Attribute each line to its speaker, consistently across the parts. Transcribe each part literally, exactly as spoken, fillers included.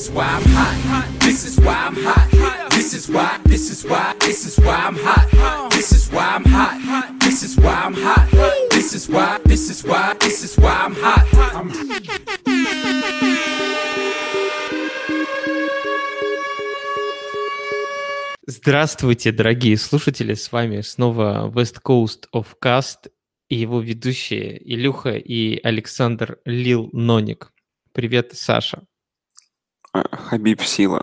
Speaker 1: why I'm hot. This is why I'm hot. This is why, this is why, this is why I'm hot. This is why I'm hot. This is why I'm hot. This is why, this is why, this is why I'm hot. I'm...
Speaker 2: Здравствуйте, дорогие слушатели, с вами снова West Coast of Cast и его ведущие Илюха и Александр Лил Ноник. Привет, Саша.
Speaker 3: Хабиб сила.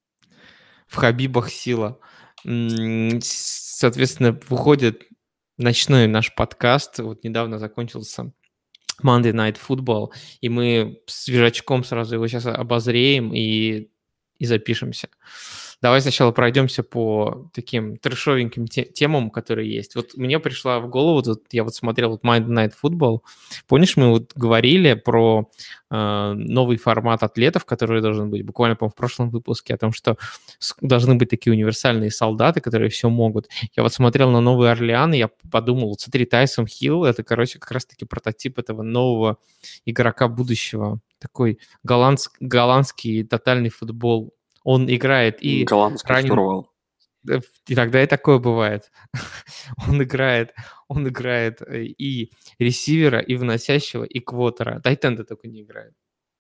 Speaker 2: В Хабибах сила. Соответственно, выходит ночной наш подкаст. Вот недавно закончился Monday Night Football, и мы с свежачком сразу его сейчас обозреем и, и запишемся. Давай сначала пройдемся по таким трэшовеньким те- темам, которые есть. Вот мне пришла в голову, тут, я вот смотрел вот Monday Night Football. Помнишь, мы вот говорили про э, новый формат атлетов, который должен быть, буквально, по-моему, в прошлом выпуске, о том, что должны быть такие универсальные солдаты, которые все могут. Я вот смотрел на Новый Орлеан, и я подумал, вот смотри, Тайсон Хилл, это, короче, как раз-таки прототип этого нового игрока будущего. Такой голландск, голландский тотальный футбол. Он играет и
Speaker 3: голландский
Speaker 2: ранен...
Speaker 3: штурвал.
Speaker 2: Иногда и такое бывает. он играет, он играет и ресивера, и выносящего, и квотера. Тайтенда только не играет.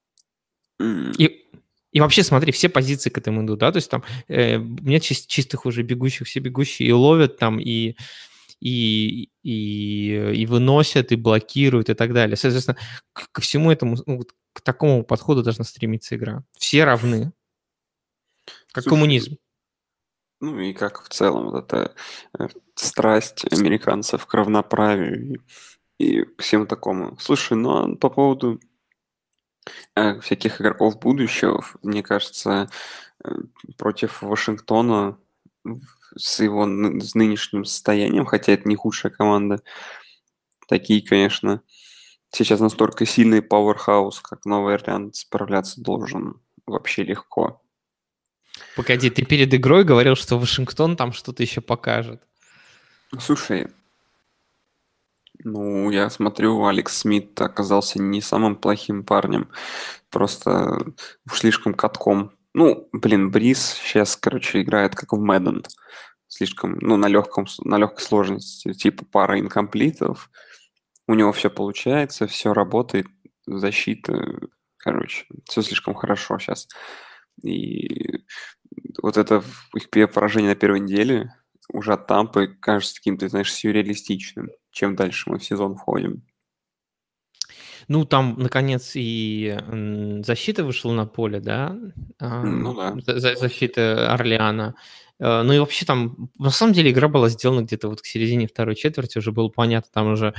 Speaker 3: Mm.
Speaker 2: И, и вообще, смотри, все позиции к этому идут, да, то есть там э, нет чис- чистых уже бегущих, все бегущие и ловят там, и, и, и, и выносят, и блокируют, и так далее. Соответственно, к, ко всему этому, ну, к такому подходу должна стремиться игра. Все равны. Как
Speaker 3: Слушай,
Speaker 2: коммунизм.
Speaker 3: Ну и как в целом вот эта э, страсть американцев к равноправию и, и к всему такому. Слушай, ну а по поводу э, всяких игроков будущего, мне кажется, э, против Вашингтона в- с его ны- с нынешним состоянием, хотя это не худшая команда, такие, конечно, сейчас настолько сильный пауэрхаус, как Новый Орлеан, справляться должен вообще легко.
Speaker 2: Погоди, ты перед игрой говорил, что Вашингтон там что-то еще покажет.
Speaker 3: Слушай, ну, я смотрю, Алекс Смит оказался не самым плохим парнем, просто уж слишком катком. Ну, блин, Бриз сейчас, короче, играет как в Мэдден. Слишком, ну, на легком, на легкой сложности, типа пара инкомплитов. У него все получается, все работает, защита, короче, все слишком хорошо сейчас. И вот это в- их пе- поражение на первой неделе уже от Тампы кажется каким-то, знаешь, сюрреалистичным, чем дальше мы в сезон входим.
Speaker 2: Ну, там, наконец, и м, защита вышла на поле, да?
Speaker 3: Ну
Speaker 2: Ам,
Speaker 3: да.
Speaker 2: за- за- Защита Орлеана. Э, Ну и вообще там, на самом деле, игра была сделана где-то вот к середине второй четверти, уже было понятно, там уже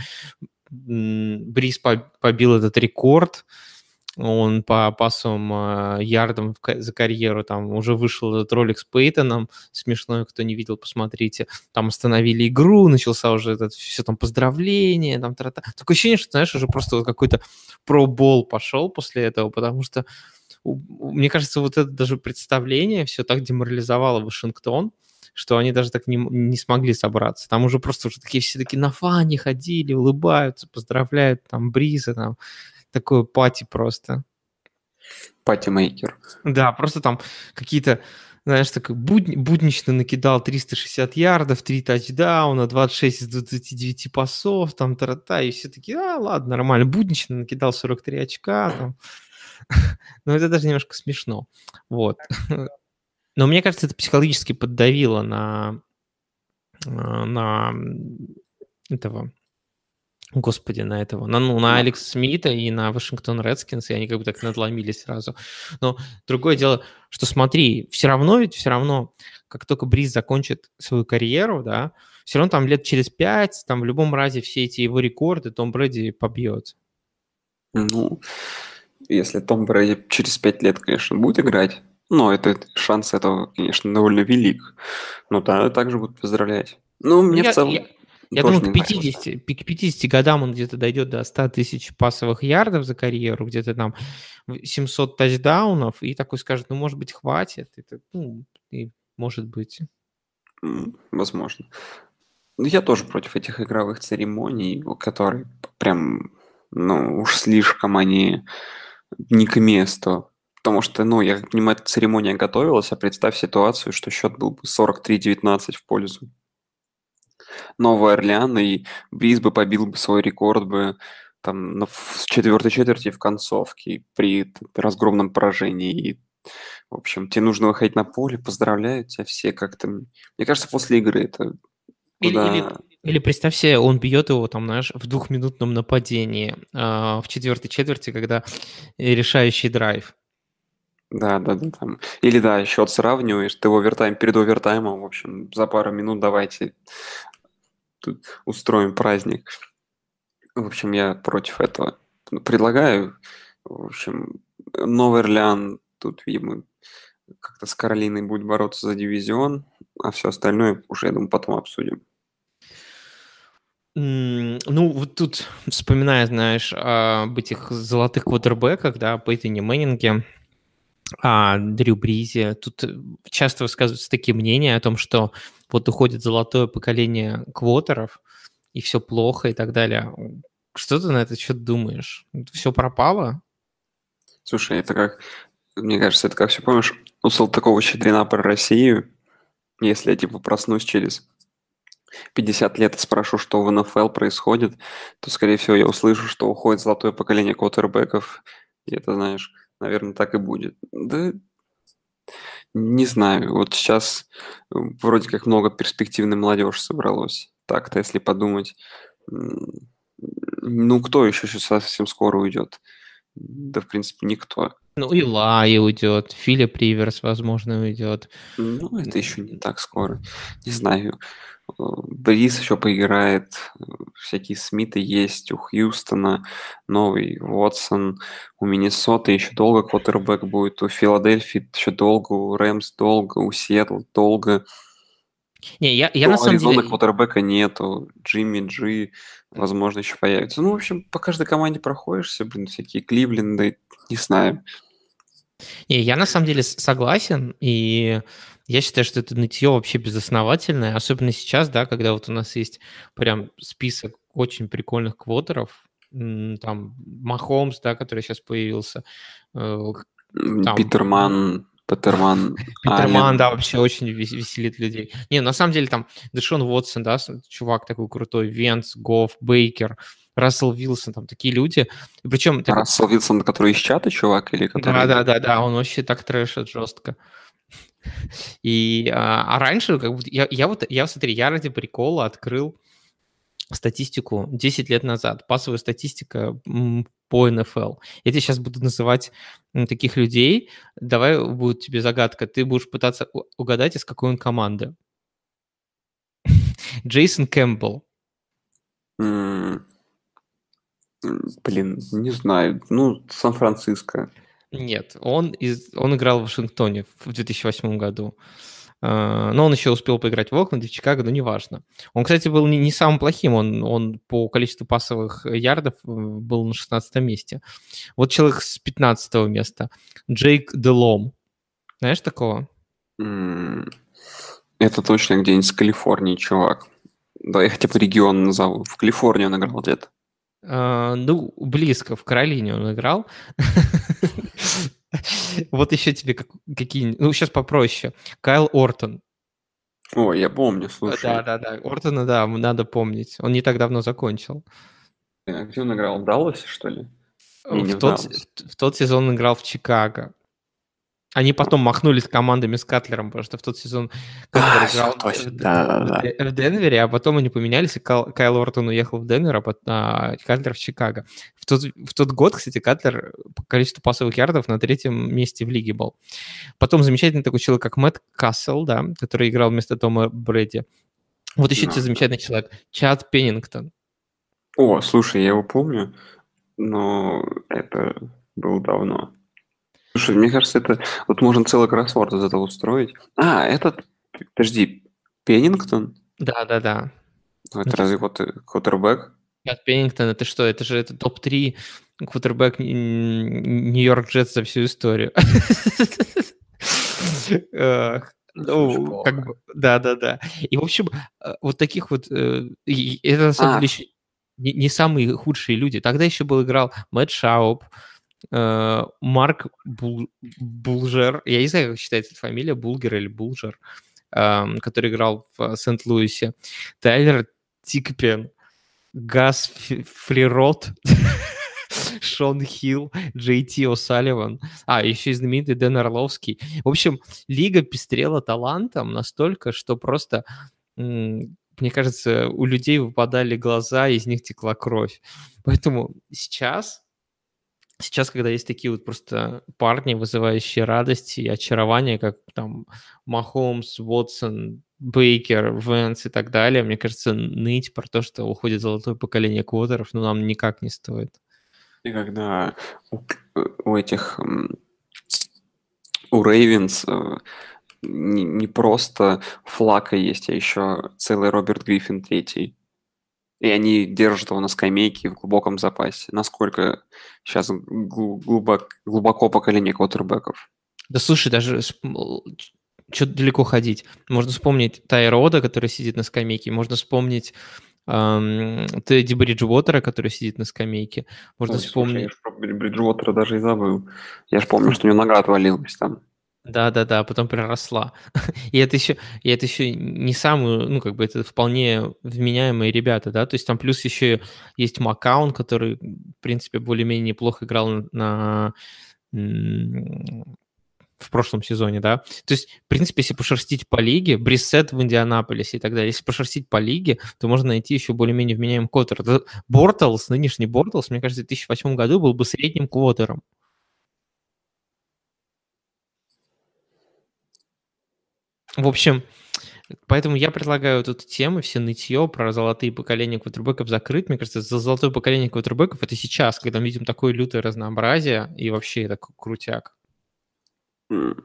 Speaker 2: м, Бриз по- побил этот рекорд, он по пасовым э, ярдам в ка- за карьеру, там уже вышел этот ролик с Пейтоном, смешной, кто не видел, посмотрите, там остановили игру, начался уже этот, все там поздравления, там тра-та. Такое ощущение, что, знаешь, уже просто вот какой-то пробол пошел после этого, потому что, у- у- мне кажется, вот это даже представление все так деморализовало Вашингтон, что они даже так не, м- не смогли собраться. Там уже просто уже такие все такие на фане ходили, улыбаются, поздравляют там Бриза, там такое пати просто.
Speaker 3: Патимейкер.
Speaker 2: Да, просто там какие-то, знаешь, такой будни- буднично накидал триста шестьдесят ярдов, три тачдауна, двадцать шесть из двадцати девяти пасов, там та и все такие, а, ладно, нормально, буднично накидал сорок три очка, там. Но это даже немножко смешно. Вот. Но мне кажется, это психологически поддавило на, э, на м, этого, господи, на этого, на, ну, на
Speaker 3: Ну,
Speaker 2: Алекса Смита и на Вашингтон Редскинс, и они как бы так надломились сразу. Но другое дело, что смотри, все равно ведь, все равно, как только Бриз закончит свою карьеру, да, все равно там лет через пять, там в любом разе все эти его рекорды Том Брэди побьет.
Speaker 3: ну, если Том Брэди через пять лет, конечно, будет играть, но это шанс этого, конечно, довольно велик. Ну да, также будут поздравлять. Ну,
Speaker 2: Ну,
Speaker 3: мне в
Speaker 2: я,
Speaker 3: целом
Speaker 2: я, я
Speaker 3: тоже
Speaker 2: думаю,
Speaker 3: не
Speaker 2: к
Speaker 3: нравится.
Speaker 2: пятидесяти, пи- к пятидесяти годам он где-то дойдет до ста тысяч пасовых ярдов за карьеру, где-то там в- семьсот тачдаунов, и такой скажет, ну, может быть, хватит. Это, ну, и может быть.
Speaker 3: М, Возможно. Ну, я тоже против этих игровых церемоний, у- которые п- прям, ну, уж слишком они не к месту. Потому что, ну, я как понимаю, эта церемония готовилась, а представь ситуацию, что счет был бы сорок три девятнадцать в пользу Нового Орлеана, и Бриз бы побил бы свой рекорд бы там на, в четвертой четверти в концовке при т- разгромном поражении. И, в общем, тебе нужно выходить на поле, поздравляю тебя все как-то. Мне кажется, после игры это
Speaker 2: Или, или,
Speaker 3: куда...
Speaker 2: или представь себе, он бьет его там, знаешь, в двухминутном нападении а, в четвертой четверти, когда решающий драйв.
Speaker 3: Да, да, да, там. Или да, счет сравниваешь, ты в овертайм, перед овертаймом, в общем, за пару минут давайте тут устроим праздник. В общем, я против этого. Ну, предлагаю, в общем, Новый Орлеан тут, видимо, как-то с Каролиной будет бороться за дивизион, а все остальное уже, я думаю, потом обсудим.
Speaker 2: М, Ну, вот тут, вспоминая, знаешь, об этих золотых квотербеках, да, Пейтоне Мэннинге, о Дрю Бризе, тут э, часто высказываются такие мнения о том, что вот уходит золотое поколение квотеров, и все плохо и так далее. Что ты на это что думаешь? Все пропало?
Speaker 3: Слушай, это как, мне кажется, это как все помнишь, у Салтыкова-Щедрина про Россию, если я типа проснусь через пятьдесят лет и спрошу, что в эн эф эл происходит, то, скорее всего, я услышу, что уходит золотое поколение квотербеков, и это, знаешь, наверное, так и будет. Да, не знаю, вот сейчас э, вроде как много перспективной молодежи собралось. Так-то, если подумать, м, ну, кто еще сейчас совсем скоро уйдет? Да, в принципе, никто.
Speaker 2: Ну, и Лай уйдет, Филипп Риверс, возможно, уйдет.
Speaker 3: Ну, это еще не так скоро. Не знаю. Э, Бриз еще поиграет, э, всякие Смиты есть, у Хьюстона новый Уотсон, у Миннесоты еще долго квотербек будет, у Филадельфии еще долго, у Рэмс долго, у Сиэтл долго.
Speaker 2: Не, я, я
Speaker 3: У
Speaker 2: на самом
Speaker 3: Аризоны
Speaker 2: деле...
Speaker 3: квотербека нету, Джимми Джи, возможно, еще появится. Ну, в общем, по каждой команде проходишься, блин, всякие Кливленды, не знаю.
Speaker 2: Не, я на самом деле с- согласен, и я считаю, что это нытье вообще безосновательное, особенно сейчас, да, когда вот у нас есть прям список очень прикольных квотеров, м, там Махомс, да, который сейчас появился, э,
Speaker 3: М,
Speaker 2: там
Speaker 3: Питерман, Петерман,
Speaker 2: Питерман,
Speaker 3: Аллен.
Speaker 2: да, вообще очень вес- веселит людей. Не, на самом деле там Дэшон Уотсон, да, с- чувак такой крутой, Венс, Гофф, Бейкер, Рассел Вилсон, там такие люди. И причем так,
Speaker 3: Рассел Вилсон, который из чата, чувак, или
Speaker 2: да,
Speaker 3: который...
Speaker 2: да, да, да, он вообще так трэшит жестко. И, а, а раньше, как бы, я, я вот, я, смотри, я ради прикола открыл статистику десять лет назад, пассовая статистика м, по эн эф эл. Я тебе сейчас буду называть м, таких людей. Давай будет тебе загадка. Ты будешь пытаться у- угадать, из какой он команды. Джейсон Кэмпбелл.
Speaker 3: м, м, Блин, не знаю. Ну, Сан-Франциско.
Speaker 2: Нет, он, из, он играл в Вашингтоне в две тысячи восьмом году. А, Но он еще успел поиграть в Окленде, в Чикаго, но неважно. Он, кстати, был не, не самым плохим. Он, он по количеству пассовых ярдов э, был на шестнадцатом месте. Вот человек с пятнадцатого места. Джейк Делом. Знаешь такого?
Speaker 3: М, Это точно где-нибудь с Калифорнии, чувак. Да, я хотя бы регион назову. В Калифорнии он играл где-то.
Speaker 2: А, ну, близко, в Каролине он играл. Вот еще тебе как- какие... Ну, сейчас попроще. Кайл Ортон.
Speaker 3: Ой, я помню,
Speaker 2: Да,
Speaker 3: слушай.
Speaker 2: да, да. Ортона, да, надо помнить. Он не так давно закончил.
Speaker 3: А где он играл? В Далласе, что ли? Не, не
Speaker 2: В
Speaker 3: в
Speaker 2: тот,
Speaker 3: Далласе.
Speaker 2: в тот сезон он играл в Чикаго. Они потом махнулись командами с Катлером, потому что в тот сезон Катлер
Speaker 3: А, все,
Speaker 2: играл в,
Speaker 3: точно.
Speaker 2: Д- в
Speaker 3: Да-да-да.
Speaker 2: Д- в Денвере, а потом они поменялись, и Кайл, Кайл Ортон уехал в Денвер, а, пот- а Катлер в Чикаго. В тот, в тот год, кстати, Катлер по количеству пасовых ярдов на третьем месте в лиге был. Потом замечательный такой человек, как Мэтт Кассел, да, который играл вместо Тома Брэди. Вот еще
Speaker 3: Ну,
Speaker 2: тебе
Speaker 3: да.
Speaker 2: замечательный человек, Чад Пеннингтон.
Speaker 3: О, слушай, я его помню, но это было давно. Слушай, мне кажется, это... Вот можно целый кроссворд из этого устроить. А, этот... Подожди, Пеннингтон?
Speaker 2: Да-да-да.
Speaker 3: Ну,
Speaker 2: Ну,
Speaker 3: это
Speaker 2: ты
Speaker 3: разве квотер- квотербек?
Speaker 2: Чад Пеннингтон, это что? Это же это топ три квотербек Н- Нью-Йорк Джетс за всю историю. Э,
Speaker 3: Это очень
Speaker 2: Ну, как
Speaker 3: плохо.
Speaker 2: бы, да-да-да. И, в общем, э, вот таких вот... э, и- и Это, на самом
Speaker 3: А,
Speaker 2: деле, еще не не самые худшие люди. Тогда еще был играл Мэтт Шауп, э, Марк Бул- Булжер, я не знаю, как читается эта фамилия, Булгер или Булжер, эм, который играл в э, Сент-Луисе, Тайлер Тикпен, Газ Фи- Фрирот, Шон Хилл, Джей Ти О'Салливан, а, еще и знаменитый Дэн Орловский. В общем, лига пестрела талантом настолько, что просто, м, мне кажется, у людей выпадали глаза, из них текла кровь. Поэтому сейчас, сейчас, когда есть такие вот просто парни, вызывающие радость и очарование, как там Махомс, Уотсон, Бейкер, Венс и так далее, мне кажется, ныть про то, что уходит золотое поколение квотеров, ну, нам никак не стоит.
Speaker 3: И когда у, у этих, м, у Рейвенс э, не, не просто Флака есть, а еще целый Роберт Гриффин третий. И они держат его на скамейке в глубоком запасе. Насколько сейчас глубок, глубоко поколение квотербеков?
Speaker 2: Да слушай, даже что-то далеко ходить. Можно вспомнить Тайрода, который сидит на скамейке, можно вспомнить эм, Тедди Бриджуотера, который сидит на скамейке. Можно
Speaker 3: Ой, слушай, я
Speaker 2: вспомнить...
Speaker 3: ж про Бри- Бриджуотера даже и забыл. Я же помню, что у него нога отвалилась там.
Speaker 2: Да-да-да, потом приросла. И это еще, и это еще не самые, ну, как бы это вполне вменяемые ребята, да, то есть там плюс еще есть Маккаун, который, в принципе, более-менее неплохо играл на, на, м, в прошлом сезоне, да. То есть, в принципе, если пошерстить по лиге, Брissett в Индианаполисе и так далее, если пошерстить по лиге, то можно найти еще более-менее вменяемый квотер. Да, Бортлс, нынешний Бортлс, мне кажется, в две тысячи восьмом году был бы средним квотером. В общем, поэтому я предлагаю вот эту тему, все нытье про золотые поколения квотербеков закрыть. Мне кажется, за золотое поколение квотербеков это сейчас, когда мы видим такое лютое разнообразие, и вообще это к- крутяк.
Speaker 3: М.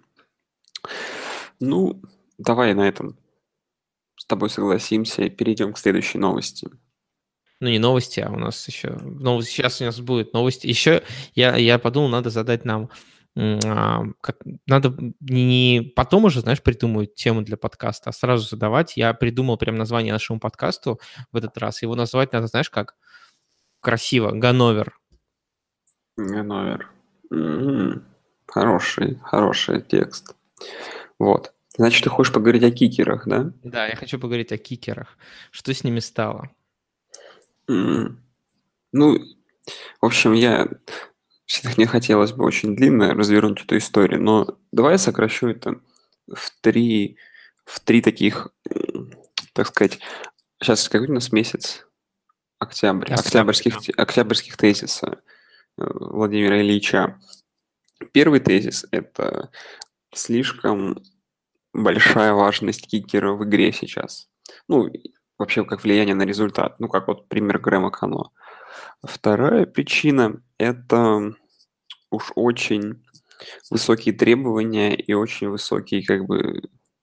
Speaker 3: Ну, давай на этом с тобой согласимся и перейдем к следующей новости.
Speaker 2: Ну, не новости, а у нас еще... Новости, сейчас у нас будут новости. Еще я, я подумал, надо задать нам... м, а, как, надо не потом уже, знаешь, придумывать тему для подкаста, а сразу задавать. Я придумал прям название нашему подкасту в этот раз. Его назвать надо, знаешь, как? Красиво. Ганновер.
Speaker 3: Ганновер. М, Хороший, хороший текст. Вот. Значит, ты хочешь поговорить о кикерах, да?
Speaker 2: Да, я хочу поговорить о кикерах. Что с ними стало?
Speaker 3: М. Ну, в общем, я все-таки не хотелось бы очень длинно развернуть эту историю, но давай я сокращу это в три, в три таких, м, так сказать, сейчас какой у нас месяц? Октябрь.
Speaker 2: Октябрь,
Speaker 3: Октябрьских,
Speaker 2: да.
Speaker 3: те- октябрьских тезиса э, Владимира Ильича. Первый тезис – это слишком большая важность кикера в игре сейчас. Ну, и вообще, как влияние на результат. Ну, как вот пример Грэма Кано. Вторая причина – это уж очень высокие требования и очень высокие, как бы,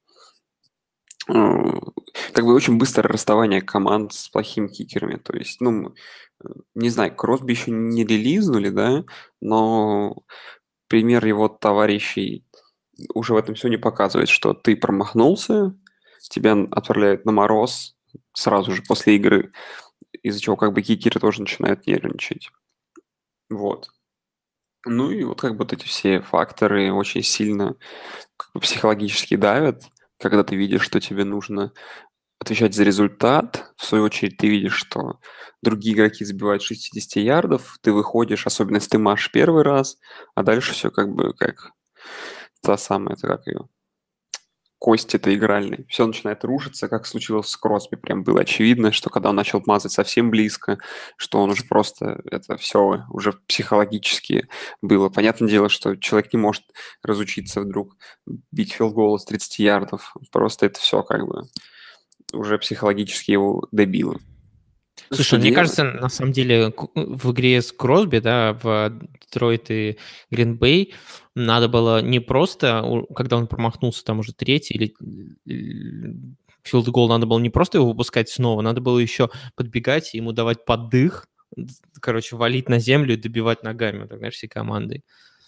Speaker 3: э, как бы очень быстрое расставание команд с плохими кикерами. То есть, ну, э, не знаю, Кросби еще не релизнули, да, но пример его товарищей уже в этом все не показывает, что ты промахнулся, тебя отправляют на мороз сразу же после игры, из-за чего как бы кикеры тоже начинают нервничать. Вот. Ну и вот как бы вот эти все факторы очень сильно как бы психологически давят, когда ты видишь, что тебе нужно отвечать за результат. В свою очередь ты видишь, что другие игроки забивают шестьдесят ярдов, ты выходишь, особенно если ты машешь первый раз, а дальше все как бы как та самая, это как ее, кость это игральной. Все начинает рушиться, как случилось с Кросби. Прям было очевидно, что когда он начал мазать совсем близко, что он уже просто, это все уже психологически было. Понятное дело, что человек не может разучиться вдруг бить филгол с тридцати ярдов. Просто это все как бы уже психологически его добило.
Speaker 2: Слушай,
Speaker 3: Что
Speaker 2: ну, мне
Speaker 3: делать?
Speaker 2: кажется, на самом деле к- в игре с Кросби, да, в Детройт и Грин-Бей надо было не просто, у- когда он промахнулся там уже третий или филд-гол, надо было не просто его выпускать снова, надо было еще подбегать и ему давать поддых, д- короче, валить на землю и добивать ногами, так, знаешь, всей командой.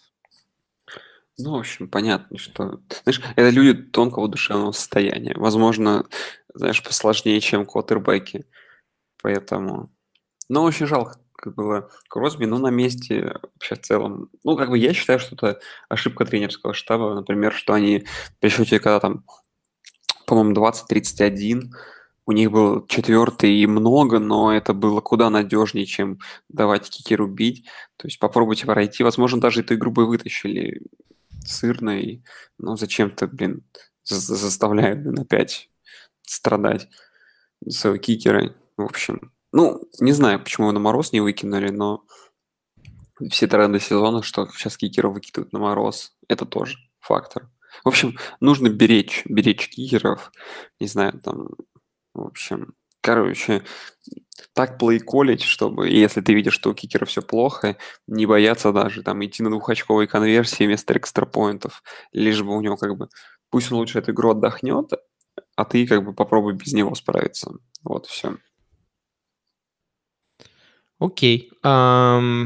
Speaker 3: Ну, в общем, понятно, что... Знаешь, это люди тонкого душевного состояния. Возможно, знаешь, посложнее, чем квотербеки. Поэтому... Ну, очень жалко, как было Кросби, но на месте вообще в целом... Ну, как бы я считаю, что это ошибка тренерского штаба, например, что они при счете, когда там, по-моему, двадцать тридцать один, у них был четвертый и много, но это было куда надежнее, чем давать кикеру бить. То есть попробуйте пройти. Возможно, даже эту игру бы вытащили сырной, но зачем-то, блин, за- за- заставляют, блин, опять страдать своего кикера. В общем, ну, не знаю, почему его на мороз не выкинули, но все тренды сезона, что сейчас кикера выкидывают на мороз, это тоже фактор. В общем, нужно беречь, беречь кикеров, не знаю, там, в общем, короче, так плей-колледж, чтобы, если ты видишь, что у кикера все плохо, не бояться даже там идти на двухочковые конверсии вместо экстрапоинтов, лишь бы у него как бы, пусть он лучше эту игру отдохнет, а ты как бы попробуй без него справиться. Вот все.
Speaker 2: Окей. Ам,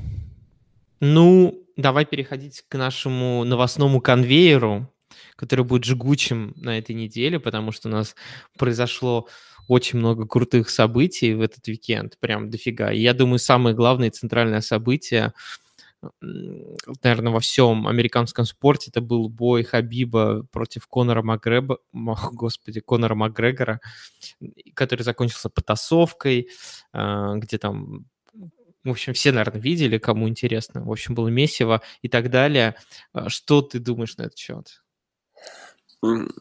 Speaker 2: Ну, давай переходить к нашему новостному конвейеру, который будет жгучим на этой неделе, потому что у нас произошло очень много крутых событий в этот уикенд, прям дофига. И я думаю, самое главное и центральное событие, наверное, во всем американском спорте, это был бой Хабиба против Конора Макгреба, господи, Конора Макгрегора, который закончился потасовкой, а, где там, в общем, все, наверное, видели, кому интересно. В общем, было месиво и так далее. А, Что ты думаешь на этот счет?
Speaker 3: М,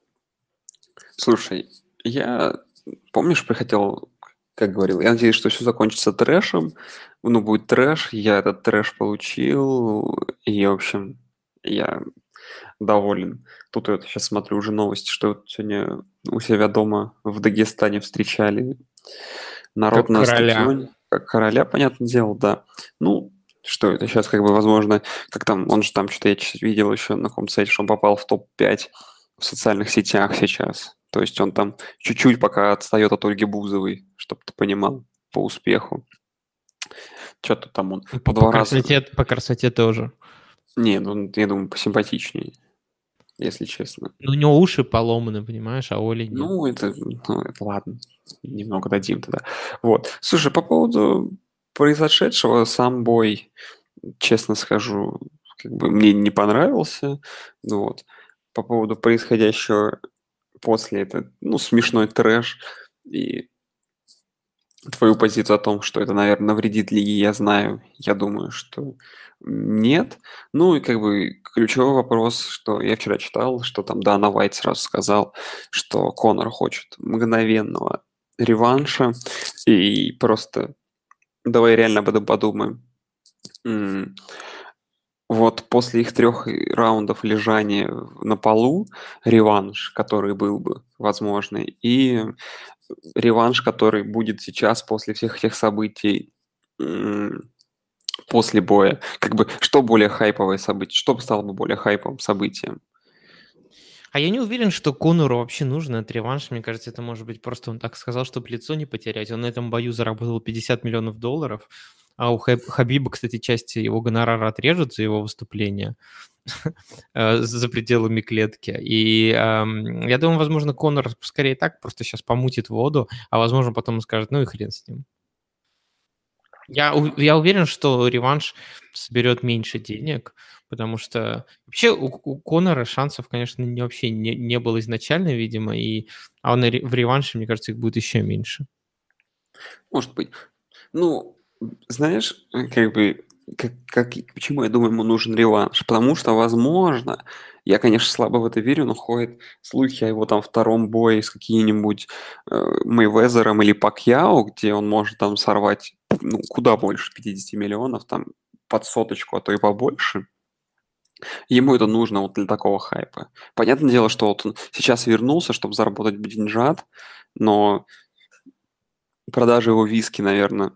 Speaker 3: Слушай, я, помнишь, приходил, как говорил, я надеюсь, что все закончится трэшем, ну, будет трэш, я этот трэш получил, и, в общем, я доволен. Тут я вот сейчас смотрю уже новости, что вот сегодня у себя дома в Дагестане встречали народ
Speaker 2: Как
Speaker 3: на
Speaker 2: короля.
Speaker 3: стадионе, как короля, понятное дело, да. Ну, что это сейчас как бы возможно, как там, он же там что-то я чё- видел еще на каком-то сайте, что он попал в топ пять в социальных сетях сейчас. То есть он там чуть-чуть пока отстает от Ольги Бузовой, чтобы ты понимал, по успеху. Что-то там он по
Speaker 2: По, по
Speaker 3: два раза...
Speaker 2: красоте, по красоте тоже.
Speaker 3: Не, ну, я думаю, посимпатичнее, если честно.
Speaker 2: Ну, у него уши поломаны, понимаешь, а Оли нет.
Speaker 3: Ну, это, ну, это ладно, немного дадим тогда. Вот. Слушай, по поводу произошедшего, сам бой, честно скажу, как бы мне не понравился. Ну вот. По поводу происходящего после, это, ну, смешной трэш. И твою позицию о том, что это, наверное, навредит лиге, я знаю. Я думаю, что нет. Ну и как бы ключевой вопрос, что я вчера читал, что там Дана Вайт сразу сказал, что Конор хочет мгновенного реванша. И просто давай реально об этом подумаем. М, Вот после их трех раундов лежания в- на полу реванш, который был бы возможный, и реванш, который будет сейчас после всех этих событий, м, после боя. Как бы, что более хайповое событие? Что бы стало бы более хайповым событием?
Speaker 2: А я не уверен, что Конору вообще нужен этот реванш. Мне кажется, это может быть просто он так сказал, чтобы лицо не потерять. Он на этом бою заработал пятьдесят миллионов долларов, а у Хаб- Хабиба, кстати, часть его гонорара отрежут за его выступление э, за пределами клетки. И ам, я думаю, возможно, Конор скорее так просто сейчас помутит воду, а возможно, потом он скажет, ну и хрен с ним. Я, ув- я уверен, что реванш соберет меньше денег, потому что вообще у, у Конора шансов, конечно, не, вообще не, не было изначально, видимо, и, а он на ре- в реванше, мне кажется, их будет еще меньше.
Speaker 3: Может быть. Ну, знаешь, э, как бы, как, как, и- почему я думаю, ему нужен реванш? Потому что, возможно, я, конечно, слабо в это верю, но ходят слухи о его там втором бое с каким-нибудь э, Мейвезером или Пакьяо, где он может там сорвать, ну, куда больше пятьдесят миллионов, там, под соточку, а то и побольше. Ему это нужно вот для такого хайпа. Понятное дело, что вот он сейчас вернулся, чтобы заработать деньжат, но продажа его виски, наверное,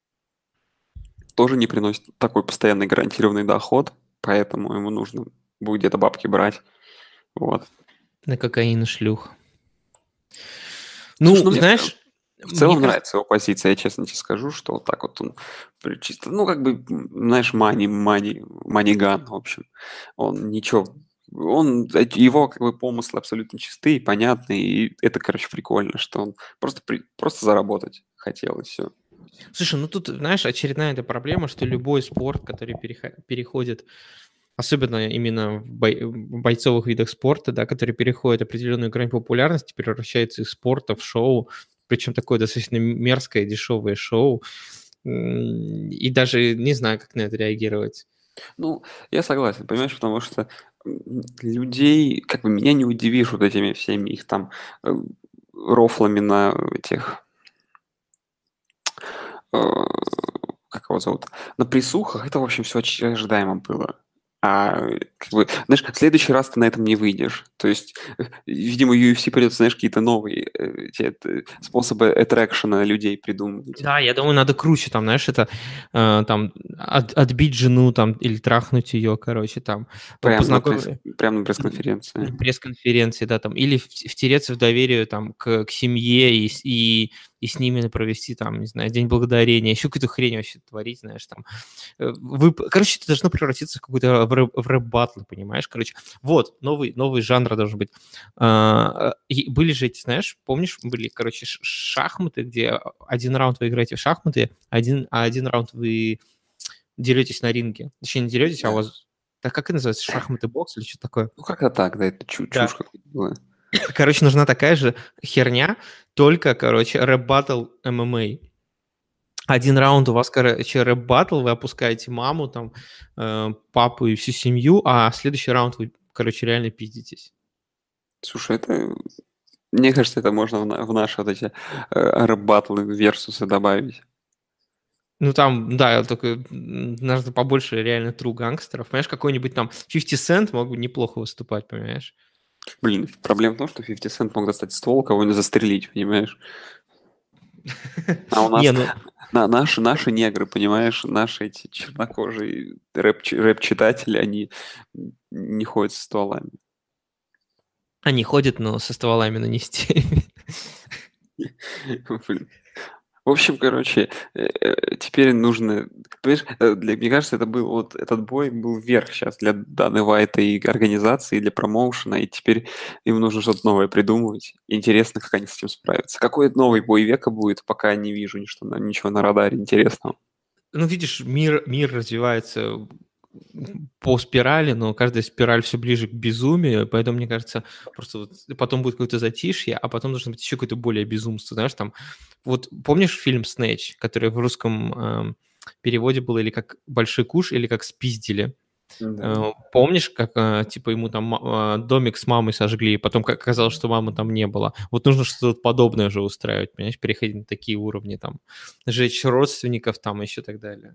Speaker 3: тоже не приносит такой постоянный гарантированный доход, поэтому ему нужно будет где-то бабки брать. Вот.
Speaker 2: На кокаин и шлюх.
Speaker 3: Слушай,
Speaker 2: Ну,
Speaker 3: ну мне
Speaker 2: знаешь,
Speaker 3: в
Speaker 2: мне
Speaker 3: целом
Speaker 2: кажется,
Speaker 3: нравится его позиция, я честно тебе скажу, что вот так вот он при- чисто, ну, как бы, м, знаешь, мани, мани, маниган, в общем. Он ничего, он, э, его как бы помыслы абсолютно чистые, понятные, и это, короче, прикольно, что он просто, при- просто заработать хотел, и все.
Speaker 2: Слушай, ну тут, знаешь, очередная эта проблема, что любой спорт, который переха- переходит, особенно именно в, бой- в бойцовых видах спорта, да, который переходит определенную грань популярности, превращается из спорта в шоу, причем такое достаточно мерзкое, дешевое шоу, М, и даже не знаю, как на это реагировать.
Speaker 3: Ну, я согласен, понимаешь, потому что м, людей, как бы меня не удивишь вот этими всеми их там э, рофлами на этих, э, как его зовут, на присухах. Это, в общем, все ожидаемо было. А как бы, знаешь, в следующий раз ты на этом не выйдешь. То есть, э, видимо, ю эф си придется, знаешь, какие-то новые э, эти, это, способы аттракшена людей придумывать.
Speaker 2: Да, я думаю, надо круче, там, знаешь, это э, там от- отбить жену там или трахнуть ее, короче, там по-
Speaker 3: Прям на, пресс,
Speaker 2: познакомить.
Speaker 3: прям на
Speaker 2: На
Speaker 3: пресс-конференции.
Speaker 2: пресс-конференции, да, там, или в- втереться в доверие там к, к семье и, с- и, и с ними провести там, не знаю, День Благодарения, еще какую-то хрень вообще творить, знаешь, там. Э, Вы, короче, это должно превратиться в какой-то в рэп, в рэп-батл, понимаешь, короче. Вот, новый, новый жанр должен быть. А, и были же эти, знаешь, помнишь, были, короче, ш- шахматы, где один раунд вы играете в шахматы, один, а один раунд вы деретесь на ринге. Точнее, не деретесь, а у
Speaker 3: Да.
Speaker 2: вас... Так как это называется? Шахматы бокс или что такое?
Speaker 3: Ну, как-то так, да, это чу-
Speaker 2: Да.
Speaker 3: чушь какая-то была.
Speaker 2: Короче, нужна такая же херня, только, короче, рэп-баттл эм эм а. Один раунд у вас, короче, рэп-баттл, вы опускаете маму, там, э, папу и всю семью, а следующий раунд вы, короче, реально пиздитесь.
Speaker 3: Слушай, это... Мне кажется, это можно в, на- в наши вот эти э, рэп-баттлы, версусы добавить.
Speaker 2: Ну, там, да, только м, нужно побольше реально true гангстеров. Понимаешь, какой-нибудь там фифти Cent мог бы неплохо выступать, понимаешь?
Speaker 3: Блин, проблема в том, что фифти Cent мог достать ствол, кого-нибудь застрелить, понимаешь? А у
Speaker 2: Не,
Speaker 3: нас
Speaker 2: ну,
Speaker 3: на, наши, наши негры, понимаешь, наши эти чернокожие рэп, рэп-читатели, они не ходят со стволами.
Speaker 2: они ходят, но со стволами нанести.
Speaker 3: Блин. В общем, короче, э, э, теперь нужно... Понимаешь, э, для, мне кажется, это был вот этот бой был вверх сейчас для Даны Вайта и организации, и для промоушена, и теперь им нужно что-то новое придумывать. Интересно, как они с этим справятся. Какой новый бой века будет, пока не вижу ничего, на- ничего на радаре интересного.
Speaker 2: Ну, видишь, мир, мир развивается по спирали, но каждая спираль все ближе к безумию, поэтому, мне кажется, просто вот потом будет какое-то затишье, а потом должно быть еще какое-то более безумство, знаешь, там, вот помнишь фильм «Снэч», который в русском эм, переводе был или как «Большой куш», или как «Спиздили»?
Speaker 3: Да.
Speaker 2: Э, Помнишь, как, э, типа, ему там ма- э, домик с мамой сожгли, и потом как оказалось, что мамы там не было. Вот нужно что-то подобное же устраивать, понимаешь, переходить на такие уровни, там, сжечь родственников, там, еще так далее.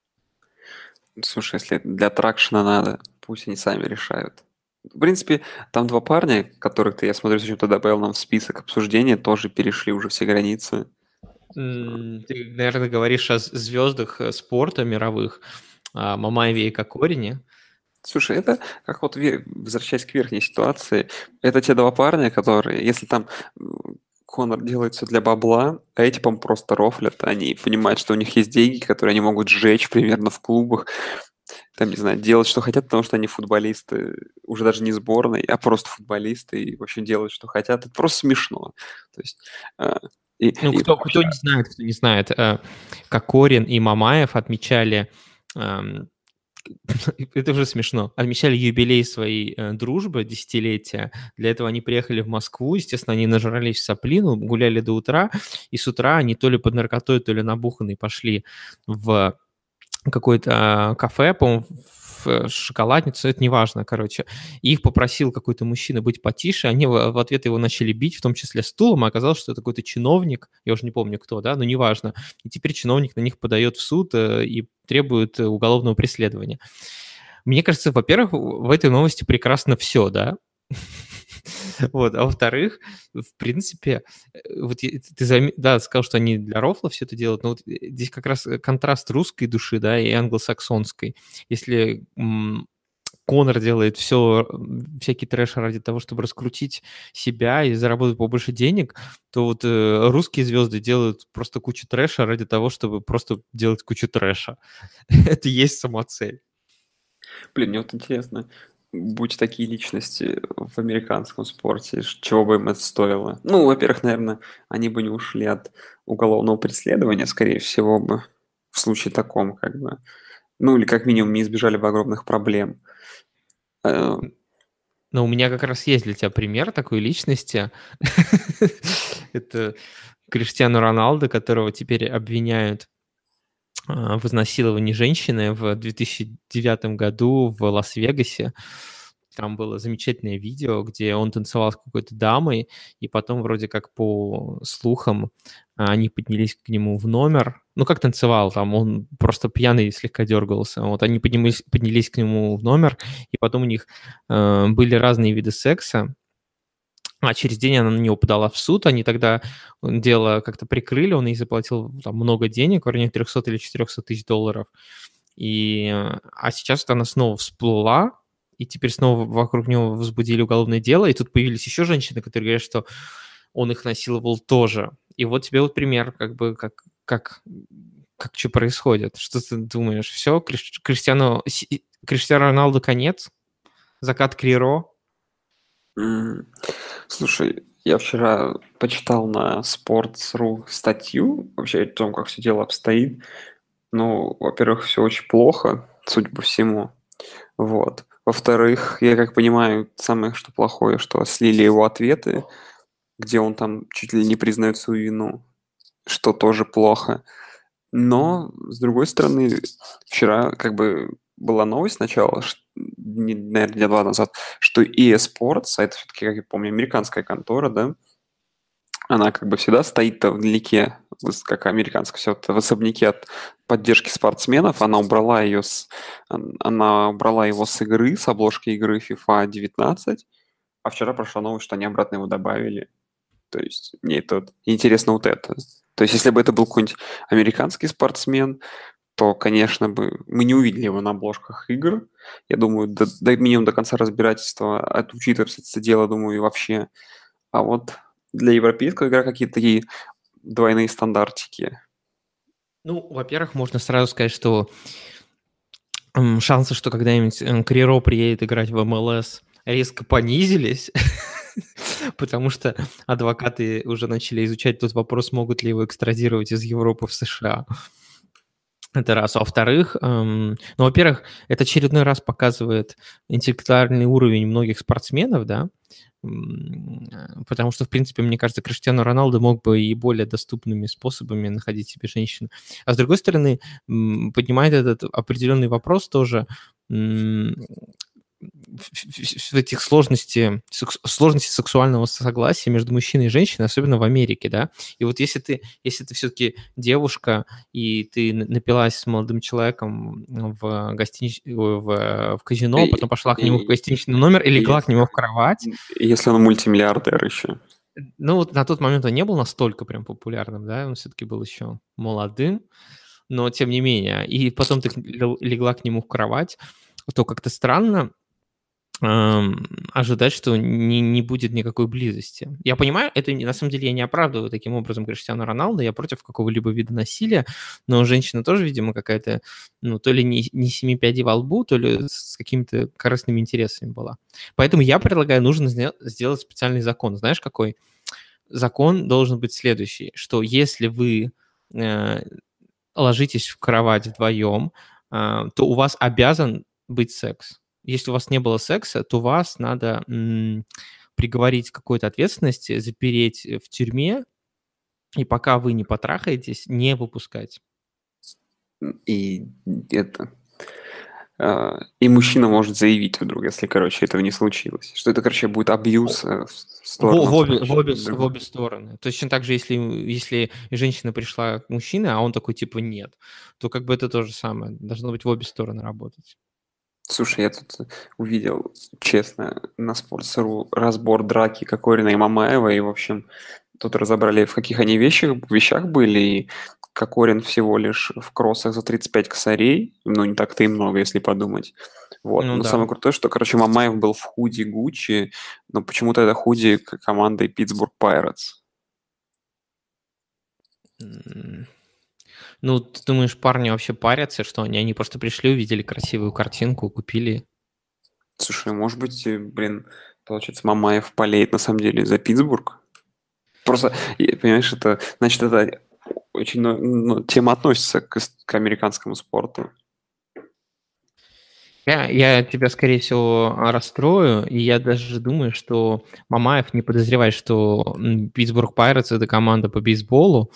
Speaker 3: Слушай, если для тракшена надо, пусть они сами решают. В принципе, там два парня, которых ты, я смотрю, зачем-то добавил нам в список обсуждения, тоже перешли уже все границы.
Speaker 2: М, Ты, наверное, говоришь о з- звездах э, спорта мировых, о Мамаеве и Кокорине.
Speaker 3: Слушай, это как вот, ве- возвращаясь к верхней ситуации, это те два парня, которые, если там м, Конор делает все для бабла, а эти, по просто рофлят, они понимают, что у них есть деньги, которые они могут сжечь примерно в клубах, там, не знаю, делать, что хотят, потому что они футболисты, уже даже не сборной, а просто футболисты, и вообще делают, что хотят. Это просто смешно. То есть, а, и,
Speaker 2: Ну,
Speaker 3: и
Speaker 2: кто,
Speaker 3: вообще,
Speaker 2: кто не знает, кто не знает, э, Кокорин и Мамаев отмечали, эм, это уже смешно, отмечали юбилей своей э, дружбы, десятилетия. Для этого они приехали в Москву, естественно, они нажрались в соплину, гуляли до утра, и с утра они то ли под наркотой, то ли набуханные пошли в какое-то а, кафе, по-моему, в э, шоколадницу, это неважно, короче. И их попросил какой-то мужчина быть потише, они в, в ответ его начали бить, в том числе стулом, а оказалось, что это какой-то чиновник, я уже не помню кто, да, но неважно. И теперь чиновник на них подает в суд э, и требует э, уголовного преследования. Мне кажется, во-первых, в этой новости прекрасно все, да, вот, а во-вторых, в принципе, э, вот я- ты заме- да, сказал, что они для рофла все это делают, но вот э, здесь как раз э, контраст русской души, да, и англосаксонской. Если м, Конор делает все, всякий трэш ради того, чтобы раскрутить себя и заработать побольше денег, то вот э, русские звезды делают просто кучу трэша ради того, чтобы просто делать кучу трэша. Это и есть самоцель.
Speaker 3: блин, мне вот интересно, будь такие личности в американском спорте, ш- чего бы им это стоило? Ну, во-первых, наверное, они бы не ушли от уголовного преследования, скорее всего бы, в случае таком, как бы. Ну, или как минимум не избежали бы огромных проблем. Э,
Speaker 2: Но у меня как раз есть для тебя пример такой личности. Это Криштиану Роналдо, которого теперь обвиняют а, в изнасиловании женщины в две тысячи девятом году в Лас-Вегасе. Там было замечательное видео, где он танцевал с какой-то дамой, и потом вроде как по слухам а, они поднялись к нему в номер. Ну, как танцевал, там он просто пьяный слегка дергался. Вот они поднялись, поднялись к нему в номер, и потом у них э, были разные виды секса. А через день она на него подала в суд, они тогда дело как-то прикрыли, он ей заплатил там много денег, в районе триста или четыреста тысяч долларов. И, э, а сейчас вот она снова всплыла, и теперь снова вокруг него возбудили уголовное дело, и тут появились еще женщины, которые говорят, что он их насиловал тоже. И вот тебе вот пример, как бы, как, как, как что происходит. Что ты думаешь? Все, Криштиану, Си- Криштиану Роналду конец? Закат Криро?
Speaker 3: м, Слушай, я вчера почитал на Sports.ru статью вообще о том, как все дело обстоит. Ну, во-первых, все очень плохо, судя по всему. Вот. Во-вторых, я как понимаю, самое что плохое, что слили его ответы, где он там чуть ли не признает свою вину, что тоже плохо. Но, с другой стороны, вчера как бы была новость сначала, ш- не- наверное, дня два назад, что и эс Sports, а это все-таки, как я помню, американская контора, да, она как бы всегда стоит-то вдалеке, выс- как американская, все в особняке от поддержки спортсменов. Она убрала ее с, ан- она убрала его с игры, с обложки игры FIFA девятнадцать, а вчера прошла новость, что они обратно его добавили. То есть мне это вот интересно вот это. То есть если бы это был какой-нибудь американский спортсмен, то, конечно бы, мы не увидели его на обложках игр. Я думаю, до, до минимум до конца разбирательства, от, учитывая обстоятельства дела, думаю, и вообще. А вот для европейского игра какие-то такие двойные стандартики.
Speaker 2: Ну, во-первых, можно сразу сказать, что м, шансы, что когда-нибудь м, Криро приедет играть в эм эл эс, резко понизились, потому что адвокаты уже начали изучать тот вопрос, могут ли его экстрадировать из Европы в США. Это раз. А во-вторых, эм, ну, во-первых, это очередной раз показывает интеллектуальный уровень многих спортсменов, да, м, э, потому что, в принципе, мне кажется, Криштиану Роналду мог бы и более доступными способами находить себе женщин. А с другой стороны, м, поднимает этот определенный вопрос тоже, м, в в в этих сложности секс сложности сексуального согласия между мужчиной и женщиной, особенно в Америке, да. И вот если ты если ты все-таки девушка, и ты н напилась с молодым человеком в гостинич ой, в в казино,
Speaker 3: И,
Speaker 2: потом пошла к нему в
Speaker 3: и-
Speaker 2: гостиничный номер и
Speaker 3: и
Speaker 2: легла к
Speaker 3: если,
Speaker 2: нему в кровать.
Speaker 3: если он мультимиллиардер еще.
Speaker 2: Ну, вот на тот момент он не был настолько прям популярным, да, он все-таки был еще молодым, но тем не менее. И потом ты к лел легла к нему в кровать, то как-то странно, ам, ожидать, что не не будет никакой близости. Я понимаю, это не на самом деле я не оправдываю таким образом Криштиану Роналду, я против какого-либо вида насилия, но женщина тоже, видимо, какая-то, ну, то ли не не семи пядей во лбу, то ли с какими-то корыстными интересами была. Поэтому я предлагаю, нужно сня сделать специальный закон. Знаешь, какой? Закон должен быть следующий, что если вы, э, ложитесь в кровать вдвоем, а, то у вас обязан быть секс. Если у вас не было секса, то вас надо, м, приговорить к какой-то ответственности, запереть, э, в тюрьме, и пока вы не потрахаетесь, не выпускать.
Speaker 3: И это... а, И мужчина может заявить вдруг, если, короче, этого не случилось. Что это, короче, будет абьюз э, в
Speaker 2: В
Speaker 3: сторону
Speaker 2: в обе в
Speaker 3: женщины.
Speaker 2: обе с в
Speaker 3: Другой.
Speaker 2: обе стороны. Точно так же, если если женщина пришла к мужчине, а он такой типа нет, то как бы это то же самое. Должно быть в обе стороны работать.
Speaker 3: Слушай, я тут увидел, честно, на Sports.ru разбор драки Кокорина и Мамаева, и, в общем, тут разобрали, в каких они вещах, вещах были, и Кокорин всего лишь в кроссах за тридцать пять косарей, ну, не так-то и много, если подумать. Вот.
Speaker 2: Ну
Speaker 3: Но
Speaker 2: да.
Speaker 3: самое крутое, что, короче, Мамаев был в худи Гуччи, но почему-то это худи к- командой Питтсбург Пайратс.
Speaker 2: М. Ну, ты думаешь, парни вообще парятся, что они они просто пришли, увидели красивую картинку, купили?
Speaker 3: Слушай, может быть, э, блин, получается, Мамаев болеет на самом деле за Питтсбург? Просто, и, понимаешь, это, значит, это очень, ну, ну, тема относится к, ис- к американскому спорту.
Speaker 2: Я, я тебя, скорее всего, расстрою, и я даже думаю, что Мамаев не подозревает, что м, Питтсбург Пайретс — это команда по бейсболу.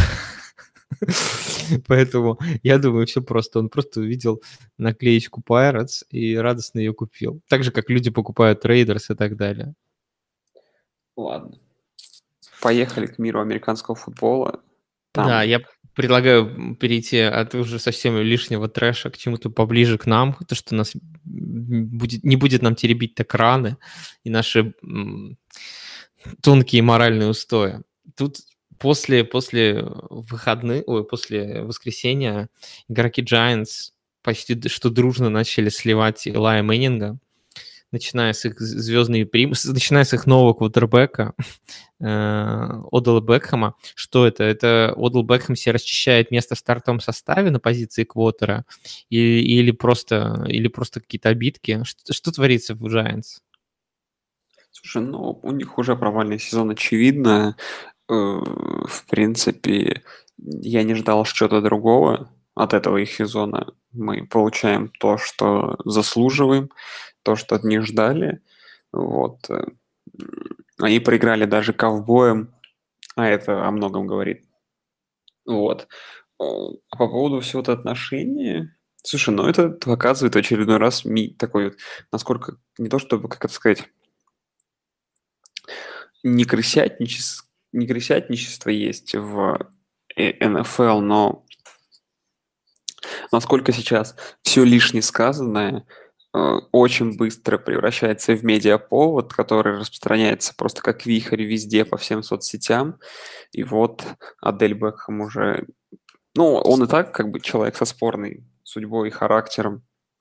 Speaker 2: Поэтому я думаю, все просто. Он просто увидел наклеечку Pirates и радостно ее купил. Так же, как люди покупают Raiders и так далее.
Speaker 3: Ладно. Поехали к миру американского футбола.
Speaker 2: Да,
Speaker 3: Там,
Speaker 2: я предлагаю м, перейти от уже совсем лишнего трэша к чему-то поближе к нам, то, что нас м, будет, не будет нам теребить так раны и наши м, тонкие моральные устои. Тут после, после выходных, ой, после воскресенья игроки Giants почти д- что дружно начали сливать Илая Мэннинга, начиная с их звездной прим... с- начиная с их нового квотербека э, Одела Бекхэма. Что это? Это Одел Бекхэм себе расчищает место в стартовом составе на позиции квотера или, или просто, или просто какие-то обидки? Что, что творится в Giants?
Speaker 3: слушай, ну, у них уже провальный сезон, очевидно. Э, В принципе, я не ждал чего-то другого от этого их сезона. Мы получаем то, что заслуживаем, то, что от них ждали. Вот. э, м, Они проиграли даже ковбоем, а это о многом говорит. Вот. Э, А по поводу всего этого отношения, слушай, ну это показывает в очередной раз ми- такой вот, насколько, не то чтобы, как это сказать, не крысятничес- не крысятничество есть в э, эн эф эл, но насколько сейчас все лишнее сказанное э, очень быстро превращается в медиаповод, который распространяется просто как вихрь везде по всем соцсетям. И вот Адель Бекхэм уже... Ну, он и так как бы человек со спорной судьбой и характером.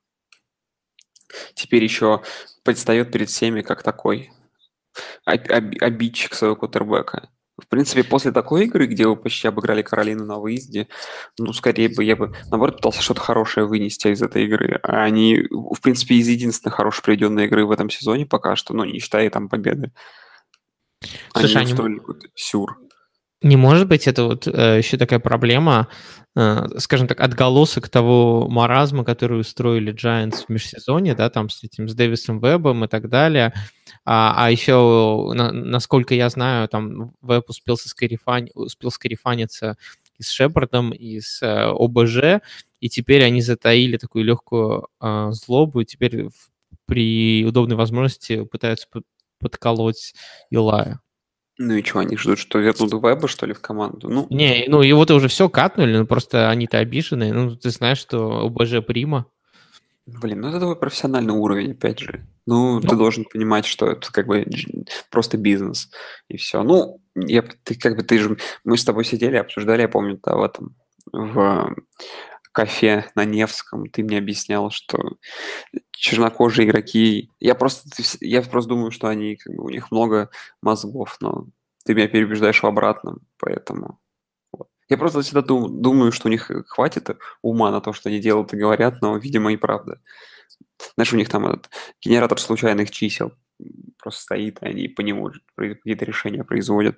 Speaker 3: Теперь еще предстает перед всеми как такой об- об- обидчик своего квотербека. В принципе, после такой игры, где вы почти обыграли Каролину на выезде, ну, скорее бы я бы, наоборот, пытался что-то хорошее вынести из этой игры. А они, в принципе, из единственной хорошей проведенной игры в этом сезоне пока что, ну, не считая там победы, они
Speaker 2: Слушай, они,
Speaker 3: устроили какой-то сюр.
Speaker 2: не может быть, это вот э, еще такая проблема, э, скажем так, отголосок того маразма, который устроили Giants в межсезонье, да, там с этим, с Дэвисом Веббом и так далее. А, а еще, на- насколько я знаю, там Вебб успел, соскарифань- успел скарифаниться и с Шепардом, и с э, о бэ жэ, и теперь они затаили такую легкую э, злобу, и теперь в- при удобной возможности пытаются под- подколоть Илая.
Speaker 3: Ну и что, они ждут, что вернут Веба, что ли, в команду? Ну,
Speaker 2: Не, ну его-то уже все катнули, ну просто они-то обижены. Ну, ты знаешь, что о бэ жэ прима.
Speaker 3: блин, ну это твой профессиональный уровень, опять же. Ну, ты
Speaker 2: Ну,
Speaker 3: должен понимать, что это как бы дж- просто бизнес, и все. Ну, я, п- ты как бы, ты же, мы с тобой сидели, обсуждали, я помню, да, в этом, в кафе на Невском, ты мне объяснял, что чернокожие игроки, я просто, ты вс- я просто думаю, что они, как бы, у них много мозгов, но ты меня переубеждаешь в обратном, поэтому... вот. Я просто всегда дум- думаю, что у них хватит ума на то, что они делают и говорят, но, видимо, и правда. Знаешь, у них там этот генератор случайных чисел просто стоит, и они по нему про- какие-то решения производят.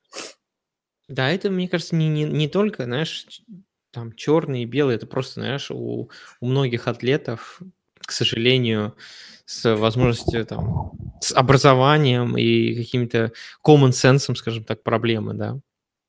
Speaker 2: да, это, мне кажется, не, не, не только, знаешь, ч- там черный и белый, это просто, знаешь, у, у многих атлетов, к сожалению, с возможностью там, с образованием и каким-то common sense, скажем так, проблемы, да.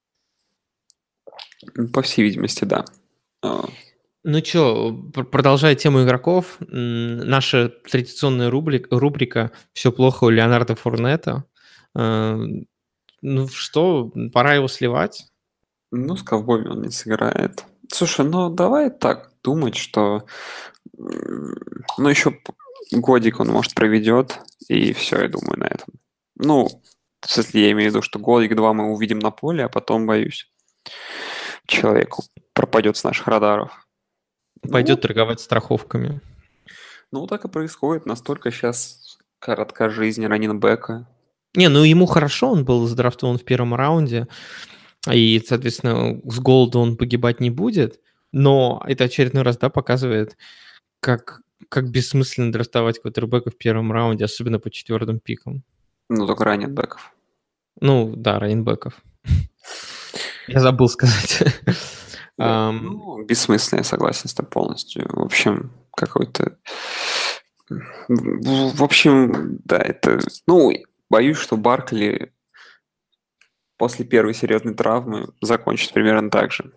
Speaker 3: М, По всей видимости, да. А,
Speaker 2: Ну чё, пр продолжая тему игроков, м, наша традиционная рубрик рубрика «Всё плохо у Леонардо Фурнета». Э, ну что, пора его сливать?
Speaker 3: Ну, с ковбоями он не сыграет. Слушай, ну давай так думать, что м, ну еще годик он, может, проведет, и все, я думаю, на этом. Ну, в смысле, я имею в виду, что годик-два мы увидим на поле, а потом, боюсь, человек пропадет с наших радаров.
Speaker 2: Пойдет
Speaker 3: Ну,
Speaker 2: торговать страховками.
Speaker 3: ну так и происходит. Настолько сейчас коротка жизнь раненбека.
Speaker 2: Не, ну ему хорошо, он был задрафтован в первом раунде, и, соответственно, с голоду он погибать не будет, но это очередной раз, да, показывает, как как бессмысленно драфтовать квотербека в первом раунде, особенно по четвертым пикам.
Speaker 3: Ну, только раннинбеков.
Speaker 2: Ну, да, раннинбеков. Я забыл сказать.
Speaker 3: Да.
Speaker 2: Ам,
Speaker 3: Ну, бессмысленно, я согласен с тобой полностью. В общем, какой-то... В в общем, да, это... Ну, боюсь, что Баркли после первой серьезной травмы закончит примерно так же.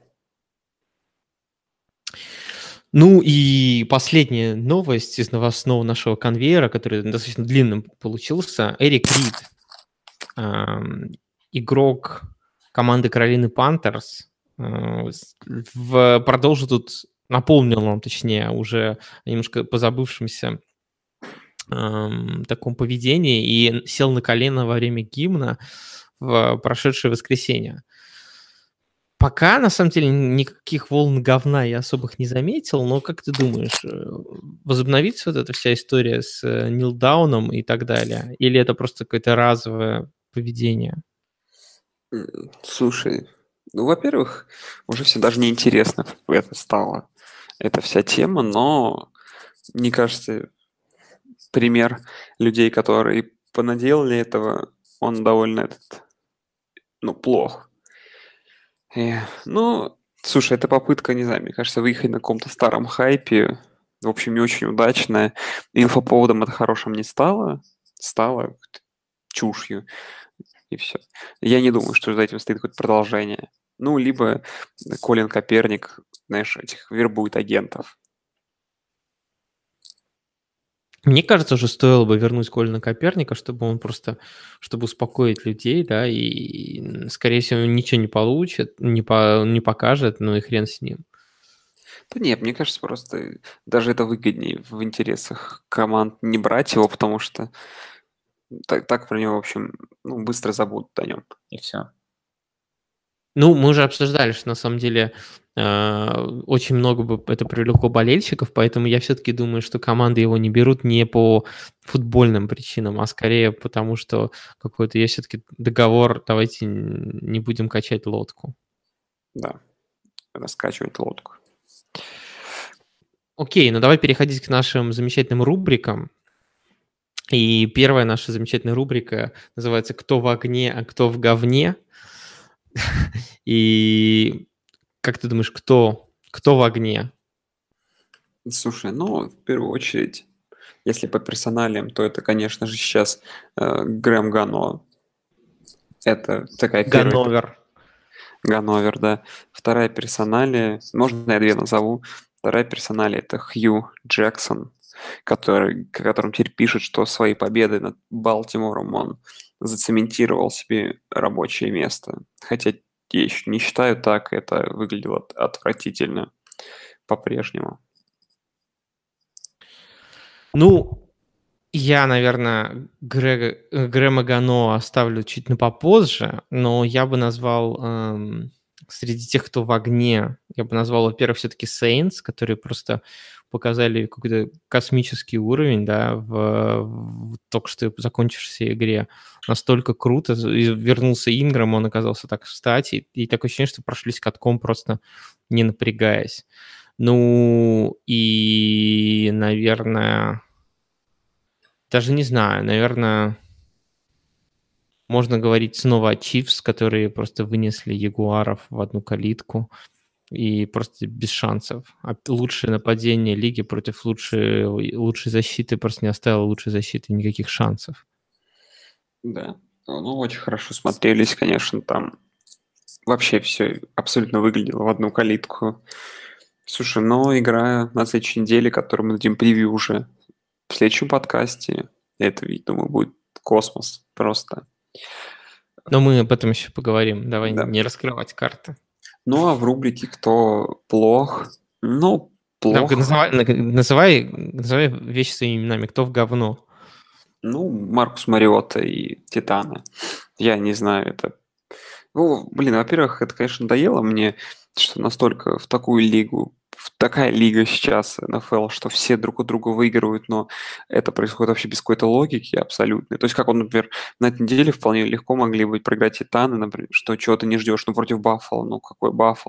Speaker 2: Ну и последняя новость из новостного нашего конвейера, который достаточно длинным получился. Эрик Рид, ам, игрок команды Каролины Пантерс, э, с- в, продолжил тут, напомнил нам, точнее, уже о немножко позабывшемся ам, таком поведении и сел на колено во время гимна в прошедшее воскресенье. Пока, на самом деле, никаких волн говна я особых не заметил, но как ты думаешь, э, возобновится вот эта вся история с э, нилдауном и так далее? Или это просто какое-то разовое поведение?
Speaker 3: М, Слушай, ну, во-первых, уже все даже неинтересно это стало, эта вся тема, но мне кажется, пример людей, которые понаделали этого, он довольно этот, ну, плох. Э, ну, слушай, это попытка, не знаю, мне кажется, выехать на каком-то старом хайпе, в общем, не очень удачная. Инфоповодом это хорошим не стало, стало чушью, и все. Я не думаю, что за этим стоит какое-то продолжение. Ну, либо Колин Коперник, знаешь, этих вербует агентов.
Speaker 2: Мне кажется, уже стоило бы вернуть Колина Коперника, чтобы он просто, чтобы успокоить людей, да, и, м, скорее всего, ничего не получит, не, по, не покажет, ну и хрен с ним.
Speaker 3: Да нет, мне кажется, просто даже это выгоднее в интересах команд не брать его, потому что так, так про него, в общем, ну, быстро забудут о нем, и все.
Speaker 2: Ну, мы уже обсуждали, что на самом деле э, очень много бы это привлекло болельщиков, поэтому я все-таки думаю, что команды его не берут не по футбольным причинам, а скорее потому, что какой-то есть все-таки договор, давайте н- не будем качать лодку.
Speaker 3: Да, раскачивать лодку.
Speaker 2: Окей, ну давай переходить к нашим замечательным рубрикам. И первая наша замечательная рубрика называется «Кто в огне, а кто в говне?». И как ты думаешь, кто, кто в огне?
Speaker 3: Слушай, ну, в первую очередь, если по персоналиям, то это, конечно же, сейчас э, Грэм Гано. Это такая первая...
Speaker 2: Ганновер.
Speaker 3: Ганновер, да. Вторая персоналия, можно я две назову? Вторая персоналия – это Хью Джексон, который, о котором теперь пишут, что своей победой над Балтимором он зацементировал себе рабочее место. Хотя я еще не считаю так, это выглядело от- отвратительно по-прежнему.
Speaker 2: Ну, я, наверное, Грега, э, Грэма Гано оставлю чуть на попозже, но я бы назвал эм, среди тех, кто в огне, я бы назвал, во-первых, все-таки Saints, которые просто показали какой-то космический уровень, да, в, в только что закончившейся игре. Настолько круто. И вернулся Инграм, он оказался так встать, и, и такое ощущение, что прошлись катком, просто не напрягаясь. Ну, и, наверное... Даже не знаю, наверное, можно говорить снова о Чифс, которые просто вынесли Ягуаров в одну калитку и просто без шансов. А лучшее нападение лиги против лучшей, лучшей защиты просто не оставило лучшей защиты никаких шансов.
Speaker 3: Да, ну, очень хорошо смотрелись, конечно, там вообще все абсолютно выглядело в одну калитку. Слушай, но игра на следующей неделе, которую мы дадим превью уже в следующем подкасте, это, думаю, будет космос просто.
Speaker 2: Но мы об этом еще поговорим. Давай
Speaker 3: Да.
Speaker 2: не раскрывать карты.
Speaker 3: Ну, а в рубрике «Кто плох?» Ну,
Speaker 2: Нам-
Speaker 3: плохо.
Speaker 2: Называй, называй, называй вещи своими именами. Кто в говно?
Speaker 3: Ну, Маркус Мариотта и Титаны. Я не знаю, это... Ну, блин, во-первых, это, конечно, надоело мне, что настолько в такую лигу, в такая лига сейчас, эн эф эл, что все друг у друга выигрывают, но это происходит вообще без какой-то логики абсолютной. То есть, как он, например, на этой неделе вполне легко могли быть проиграть Титаны, например, что чего-то не ждешь, ну, против Баффало, ну, какой Баффало?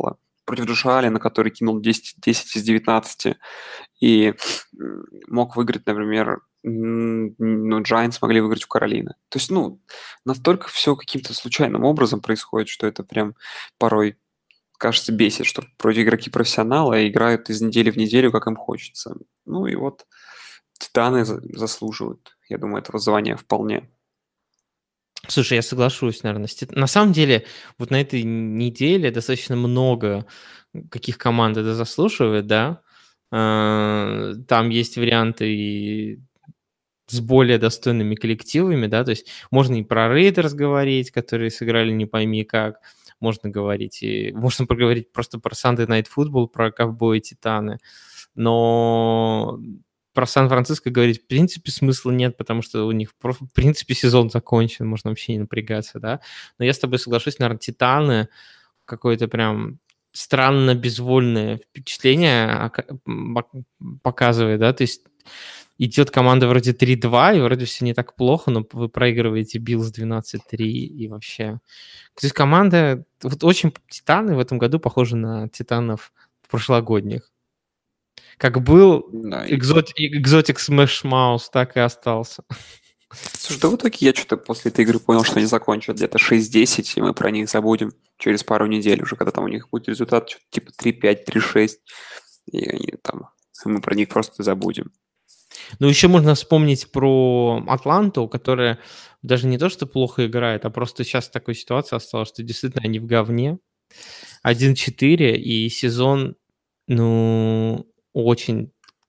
Speaker 3: против Джоша Аллена, который кинул десять, десять из девятнадцати, и мог выиграть, например, ну, Giants могли выиграть у Каролины. То есть, ну, настолько все каким-то случайным образом происходит, что это прям порой, кажется, бесит, что против игроки профессионалы играют из недели в неделю, как им хочется. Ну и вот Титаны заслуживают, я думаю, этого звания вполне.
Speaker 2: Слушай, я соглашусь, наверное. С Тит- На самом деле, вот на этой неделе достаточно много каких команд это заслуживает, да. Э, Там есть варианты и с более достойными коллективами, да, то есть можно и про Рейдерс говорить, которые сыграли не пойми как, можно говорить и можно поговорить просто про Sunday Night Football, про Ковбои и Титаны, но про Сан-Франциско говорить в принципе смысла нет, потому что у них про- в принципе сезон закончен, можно вообще не напрягаться, да. Но я с тобой соглашусь, наверное, Титаны какое-то прям странно безвольное впечатление ока- м, пок- показывает, да, то есть идет команда вроде три-два, и вроде все не так плохо, но вы проигрываете Биллс двенадцать три, и вообще... То есть команда... Вот очень Титаны в этом году похожи на Титанов в прошлогодних. Как был
Speaker 3: Да, и...
Speaker 2: экзотик, экзотик Smash Mouth, так и остался.
Speaker 3: Слушай, да в итоге я что-то после этой игры понял, что они закончат где-то шесть десять, и мы про них забудем через пару недель уже, когда там у них будет результат что-то типа три пять, три шесть, и они там... мы про них просто забудем.
Speaker 2: Ну, еще можно вспомнить про Атланту, которая даже не то, что плохо играет, а просто сейчас такая ситуация осталась, что действительно они в говне. один четыре, и сезон, ну, очень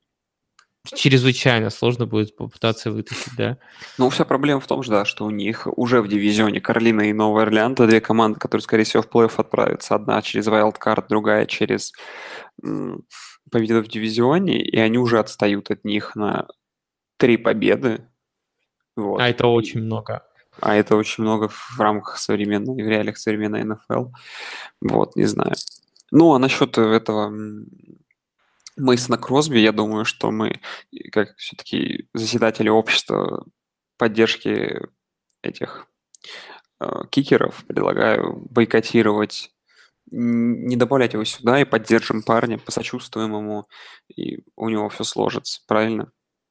Speaker 2: чрезвычайно сложно будет попытаться вытащить, да.
Speaker 3: Ну, вся проблема в том же, да, что у них уже в дивизионе Каролина и Новый Орлеан, это две команды, которые, скорее всего, в плей-офф отправятся. Одна через wildcard, другая через м, победу в дивизионе, и они уже отстают от них на три победы. Вот.
Speaker 2: А это очень много.
Speaker 3: А это очень много в рамках современной, в реалиях современной эн эф эл. Вот, не знаю. Ну, а насчет этого м, Мейсона Кросби, я думаю, что мы, и как все-таки заседатели общества поддержки этих э, кикеров, предлагаю бойкотировать, н- не добавлять его сюда, и поддержим парня, посочувствуем ему, и у него все сложится, правильно?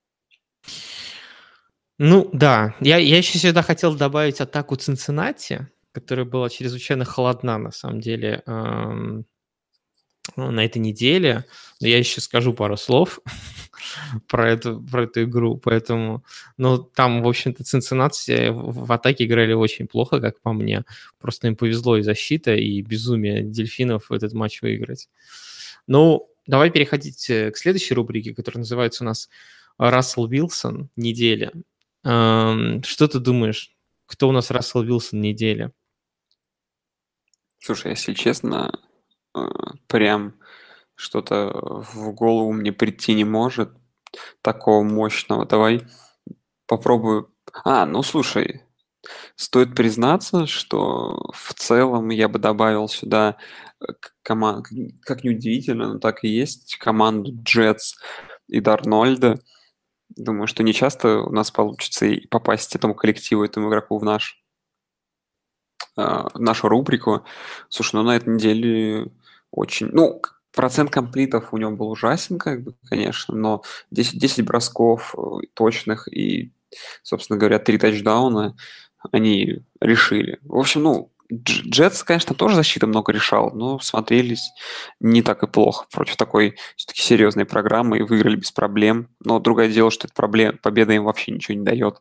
Speaker 2: Ну, да. Я, я еще сюда хотел добавить атаку Цинциннати, которая была чрезвычайно холодна, на самом деле, эм, ну, на этой неделе. Но я еще скажу пару слов про эту, про эту игру, поэтому... Ну, там, в общем-то, Цинциннати в, в атаке играли очень плохо, как по мне. Просто им повезло и защита, и безумие дельфинов этот матч выиграть. Ну, давай переходить э, к следующей рубрике, которая называется у нас «Рассел Вилсон. Неделя». Эм, Что ты думаешь, кто у нас Рассел Вилсон недели?
Speaker 3: Слушай, если честно, э, прям что-то в голову мне прийти не может такого мощного. Давай попробую. А, ну слушай, стоит признаться, что в целом я бы добавил сюда команду, как неудивительно, но так и есть, команду Джетс и Дарнольда. Думаю, что не часто у нас получится и попасть этому коллективу, этому игроку в наш а, в нашу рубрику. Слушай, ну на этой неделе очень... Ну, к- процент комплитов у него был ужасен, как бы, конечно, но десять, десять бросков э, точных и, собственно говоря, три тачдауна они решили. В общем, ну, Дж- Джетс, конечно, тоже защита много решал, но смотрелись не так и плохо против такой все-таки серьезной программы и выиграли без проблем. Но другое дело, что эта проблема, победа им вообще ничего не дает.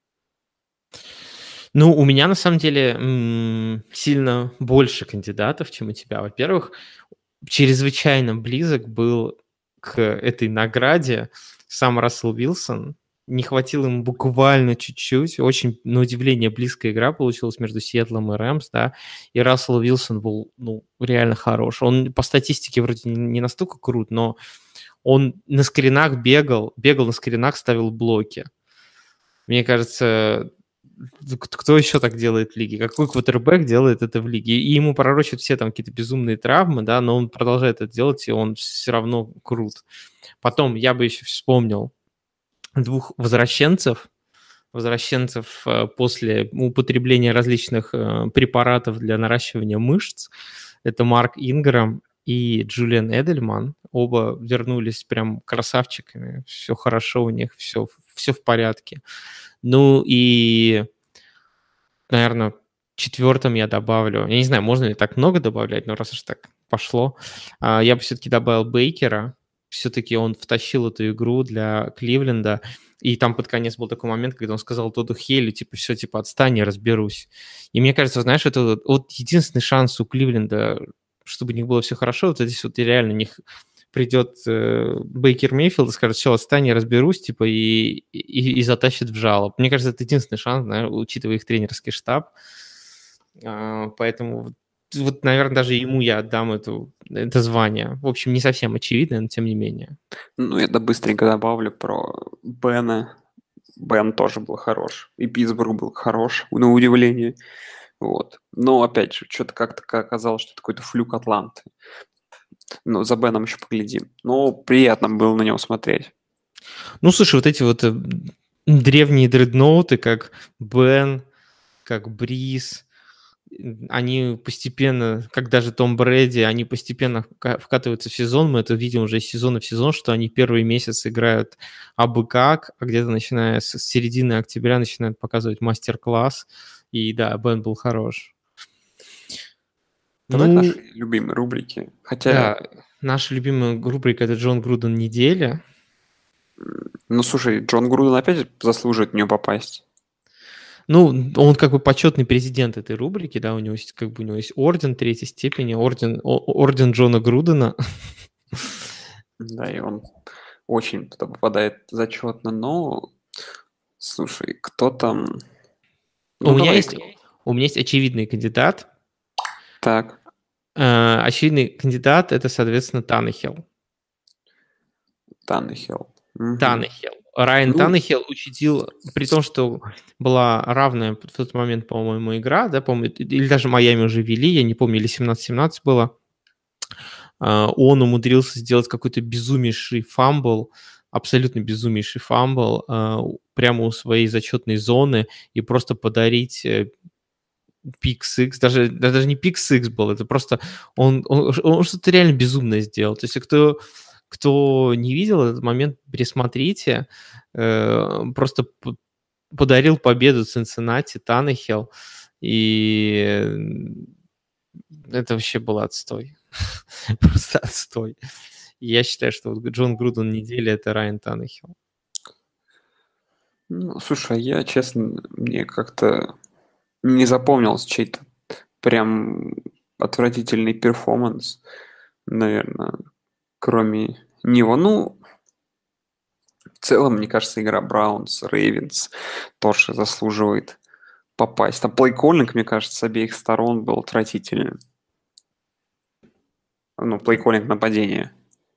Speaker 2: Ну, у меня на самом деле м, сильно больше кандидатов, чем у тебя. Во-первых, чрезвычайно близок был к этой награде сам Рассел Вилсон. Не хватило ему буквально чуть-чуть. Очень, на удивление, близкая игра получилась между Сиэтлом и Рэмс, да. И Рассел Вилсон был, ну, реально хорош. Он по статистике вроде не не настолько крут, но он на скринах бегал, бегал на скринах, ставил блоки. Мне кажется, к- кто еще так делает в лиге? Какой квотербек делает это в лиге? И ему пророчат все там какие-то безумные травмы, да, но он продолжает это делать, и он все равно крут. Потом я бы еще вспомнил двух возвращенцев, возвращенцев э, после употребления различных э, препаратов для наращивания мышц. Это Марк Инграм и Джулиан Эдельман. Оба вернулись прям красавчиками. Все хорошо у них, все, все в порядке. Ну и, наверное, четвертым я добавлю. Я не знаю, можно ли так много добавлять, но раз уж так пошло, а, я бы все-таки добавил Бейкера. Все-таки он втащил эту игру для Кливленда. И там под конец был такой момент, когда он сказал Тодду Хейлю, типа, все, типа, отстань, я разберусь. И мне кажется, знаешь, это вот, вот единственный шанс у Кливленда, чтобы у них было все хорошо, вот здесь вот реально у них придет э, Бейкер Мейфилд и скажет, все, отстань, я разберусь, типа, и, и, и затащит в жалоб. Мне кажется, это единственный шанс, знаешь, учитывая их тренерский штаб. А, поэтому вот, наверное, даже ему я отдам эту, это звание. В общем, не совсем очевидно, но тем не менее.
Speaker 3: Ну, я да быстренько добавлю про Бена. Бен тоже был хорош. И Питтсбург был хорош, на удивление. Вот. Но, опять же, что-то как-то оказалось, что это какой-то флюк Атланты. Но за Беном еще поглядим. Но приятно было на него смотреть.
Speaker 2: Ну, слушай, вот эти вот э, древние дредноуты, как Бен, как Бриз, они постепенно, как даже Том Брэди, они постепенно вкатываются в сезон. Мы это видим уже из сезона в сезон, что они первый месяц играют абы как, а где-то начиная с середины октября начинают показывать мастер-класс. И да, Бен был хорош.
Speaker 3: Давай
Speaker 2: Ну,
Speaker 3: к нашей любимой рубрике. Хотя,
Speaker 2: да, наша любимая рубрика — это Джон Груден недели.
Speaker 3: ну слушай, Джон Груден опять заслуживает в нее попасть.
Speaker 2: Ну, он как бы почетный президент этой рубрики, да, у него есть как бы у него есть орден третьей степени, орден, о- орден Джона Грудена.
Speaker 3: Да, и он очень туда попадает зачетно, но слушай, кто там? Ну,
Speaker 2: У меня
Speaker 3: давай.
Speaker 2: есть, у меня есть очевидный кандидат.
Speaker 3: Так,
Speaker 2: Э, Очевидный кандидат — это, соответственно, Таннехилл.
Speaker 3: Таннехилл. Мгм.
Speaker 2: Таннехилл. Райан
Speaker 3: Ну-
Speaker 2: Таннехилл учредил, при том, что была равная в тот момент, по-моему, игра, да, по-моему, или даже Майами уже вели, я не помню, или семнадцать-семнадцать было. А, Он умудрился сделать какой-то безумнейший фамбл, абсолютно безумнейший фамбл а, у- прямо у своей зачетной зоны и просто подарить э, пик сикс, даже, да, даже не пик сикс был, это просто он, он, он что-то реально безумное сделал. То есть кто, кто не видел этот момент, пересмотрите. Э, просто п- подарил победу Цинциннати Таннехилл, и э, это вообще был отстой. Просто отстой. И я считаю, что вот Джон Груден недели — это Райан Таннехилл.
Speaker 3: Ну, слушай, а я, честно, мне как-то не запомнился чей-то прям отвратительный перформанс, наверное, кроме него. Ну, в целом, мне кажется, игра Браунс, Рейвенс тоже заслуживает попасть. Там плей-коллинг, мне кажется, с обеих сторон был отвратительным. Ну, плей-коллинг нападения.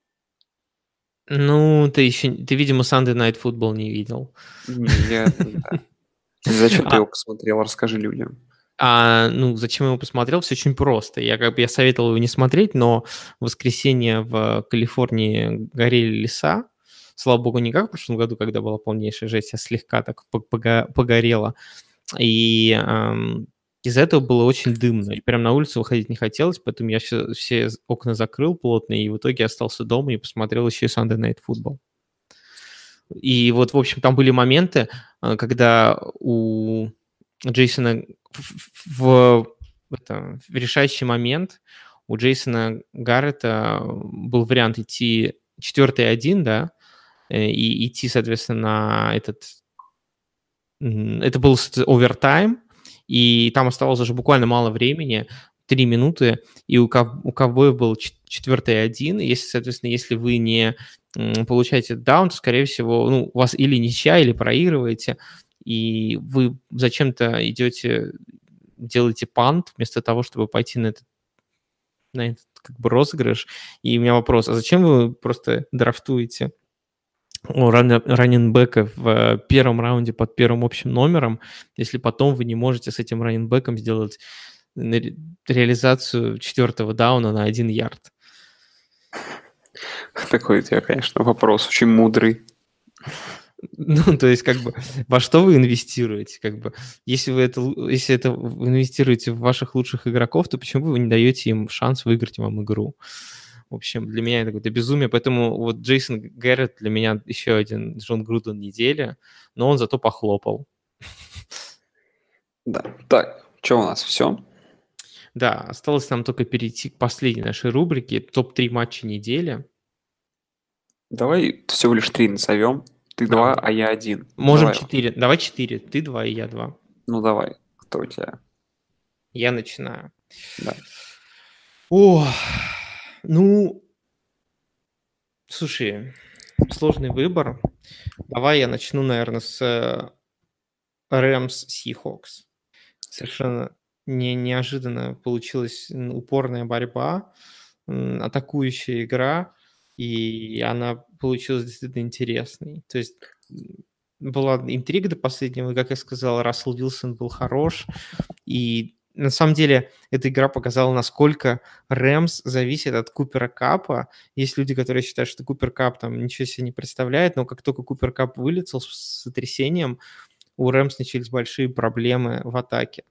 Speaker 2: Ну, ты еще, ты, видимо, Sunday Night Football не видел.
Speaker 3: Не, я... да. Зачем ты
Speaker 2: А-
Speaker 3: его посмотрел? Расскажи людям.
Speaker 2: А, ну, зачем я его посмотрел? Все очень просто. Я как бы я советовал его не смотреть, но в воскресенье в Калифорнии горели леса. Слава богу, не как в прошлом году, когда была полнейшая жесть, а слегка так по- пога- погорело. И эм, из-за этого было очень дымно. И прям на улицу выходить не хотелось, поэтому я все, все окна закрыл плотно, и в итоге остался дома и посмотрел еще и Sunday Night Football. И вот, в общем, там были моменты, э, когда у Джейсона в, в- это, в решающий момент у Джейсона Гаррета был вариант идти четвертый один, да, э, и идти, соответственно, на этот... м, Это был с- овертайм, и там оставалось уже буквально мало времени, три минуты, и у, ков- у ковбоев был чет- четвертый один. И если, соответственно, если вы не м, получаете даун, то, скорее всего, ну, у вас или ничья, или проигрываете, и вы зачем-то идете, делаете пант вместо того, чтобы пойти на этот, на этот как бы розыгрыш. И у меня вопрос, а зачем вы просто драфтуете раннинбека в э, первом раунде под первым общим номером, если потом вы не можете с этим раннинбеком сделать на ре- реализацию четвертого дауна на один ярд?
Speaker 3: Такой у тебя, конечно, вопрос очень мудрый.
Speaker 2: Ну, то есть, как бы, во что вы инвестируете? Как бы, если вы это, лу- если это вы инвестируете в ваших лучших игроков, то почему вы не даете им шанс выиграть вам игру? В общем, для меня это какое-то безумие, поэтому вот Джейсон Гэрретт для меня еще один Джон Груден недели, но он зато похлопал.
Speaker 3: Да. Так, что у нас? Все?
Speaker 2: Да, осталось нам только перейти к последней нашей рубрике топ три матча недели.
Speaker 3: Давай всего лишь три назовем. Ты
Speaker 2: Да.
Speaker 3: два, а я один.
Speaker 2: Можем
Speaker 3: Давай.
Speaker 2: четыре. Давай четыре. Ты два и я два.
Speaker 3: Ну давай. Кто у тебя?
Speaker 2: Я начинаю.
Speaker 3: Да.
Speaker 2: О, ну, слушай, сложный выбор. Давай я начну, наверное, с Рэмс Сихокс. Совершенно не, неожиданно получилась м, упорная борьба, м, атакующая игра, и она получилась действительно интересной. То есть м, была интрига до последнего, и, как я сказал, Рассел Уилсон был хорош, и на самом деле эта игра показала, насколько Рэмс зависит от Купера Капа. Есть люди, которые считают, что Купер Кап там ничего себе не представляет, но как только Купер Кап вылетел с сотрясением, у Рэмс начались большие проблемы в атаке.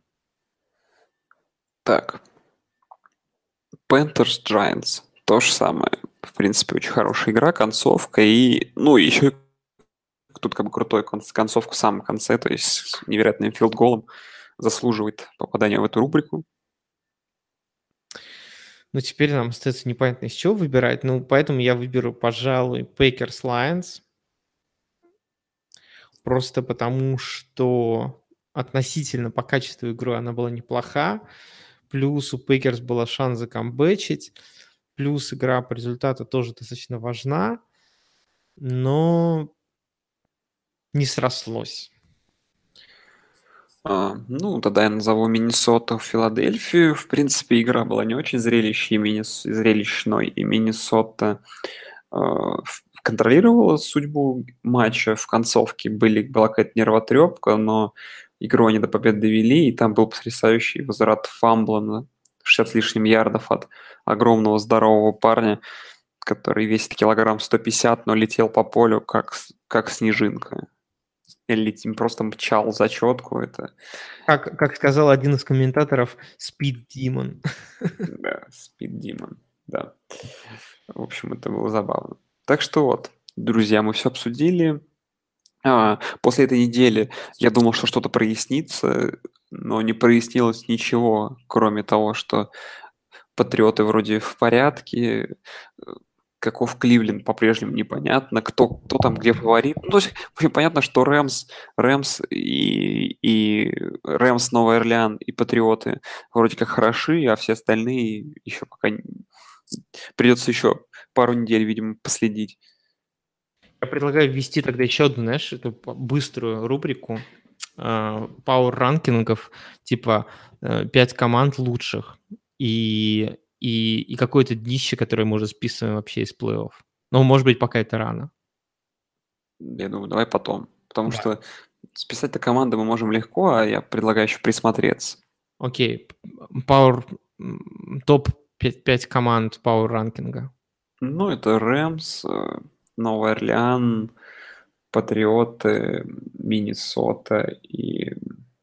Speaker 3: Так. Panthers Giants. То же самое. В принципе, очень хорошая игра, концовка и, ну, еще тут как бы крутой кон- концовку в самом конце, то есть с невероятным филдголом заслуживает попадания в эту рубрику.
Speaker 2: Ну, теперь нам остается непонятно, из чего выбирать. Ну, поэтому я выберу, пожалуй, Packers Lions. Просто потому, что относительно по качеству игры она была неплоха. Плюс у Packers была шанс закамбэчить. Плюс игра по результату тоже достаточно важна. Но не срослось.
Speaker 3: А, ну, тогда я назову Миннесоту, Филадельфию. В принципе, игра была не очень зрелищной, и Миннес- зрелищной, и Миннесота э, в- контролировала судьбу матча. В концовке были, была какая-то нервотрепка, но игру они до победы довели, и там был потрясающий возврат фамбла на шестьдесят с лишним ярдов от огромного здорового парня, который весит килограмм сто пятьдесят, но летел по полю как, с- как снежинка. Или летим просто мчал зачетку. Это,
Speaker 2: Как, как сказал один из комментаторов, Speed Demon.
Speaker 3: да, Speed Demon, да. В общем, это было забавно. Так что вот, друзья, мы все обсудили. А, после этой недели я думал, что что-то прояснится, но не прояснилось ничего, кроме того, что патриоты вроде в порядке, э, каков Кливленд по-прежнему непонятно, кто, кто там где фаворит. Ну, то есть, в общем, понятно, что Рэмс, Рэмс и, и Рэмс, Новый Орлеан и Патриоты вроде как хороши, а все остальные еще пока не- придется еще пару недель, видимо, последить.
Speaker 2: Я предлагаю ввести тогда еще одну, знаешь, эту п- быструю рубрику пауэр ранкингов, типа э, пять команд лучших и, и, и какое-то днище, которое мы уже списываем вообще из плей-офф. Но, может быть, пока это рано.
Speaker 3: Я думаю, давай потом. Потому
Speaker 2: Да.
Speaker 3: что списать-то команды мы можем легко, а я предлагаю еще присмотреться.
Speaker 2: Окей. Power, топ пять команд пауэр ранкинга.
Speaker 3: Ну, это Рэмс, э, Новый Орлеан, Патриоты, Миннесота и,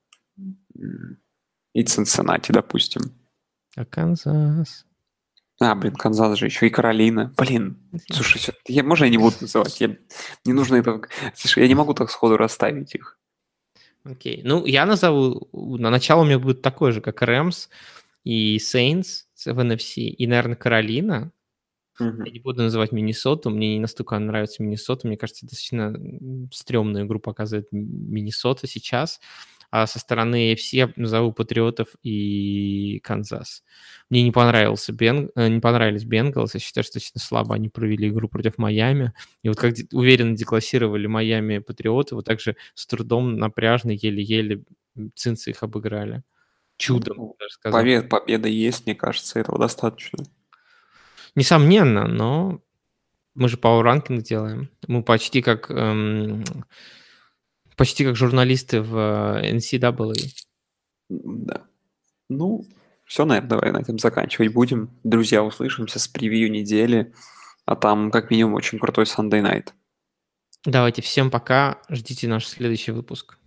Speaker 3: м, и Цинциннати, допустим.
Speaker 2: А Канзас?
Speaker 3: А, блин, Канзас же еще и Каролина. Блин, слушай, всё, я, можно я не буду называть? Я, не нужно это... Слушай, я не могу так сходу расставить их.
Speaker 2: Окей. Ну, я назову... На начало у меня будет такой же, как Рэмс и Saints в эн эф си, и, наверное, Каролина.
Speaker 3: Мгм.
Speaker 2: Я не буду называть Миннесоту, мне не настолько нравится Миннесота, мне кажется, достаточно м, стрёмную игру показывает М- Миннесота сейчас, а со стороны эй эф си я назову Патриотов и Канзас. Мне не понравился Бен, э, не понравились Бенгалс, я считаю, что достаточно слабо они провели игру против Майами, и вот как де- уверенно деклассировали Майами Патриоты, вот так же с трудом напряжно, еле-еле м, цинцы их обыграли. Чудом,
Speaker 3: Ну,
Speaker 2: даже сказал.
Speaker 3: побед- победа есть, мне кажется, этого достаточно.
Speaker 2: Несомненно, но мы же пауэр-ранкинг делаем. Мы почти как эм, почти как журналисты в э, эн си эй эй.
Speaker 3: М, Да. Ну, все, наверное, давай на этом заканчивать будем. Друзья, услышимся с превью недели, а там как минимум очень крутой Sunday Night.
Speaker 2: Давайте, всем пока. Ждите наш следующий выпуск.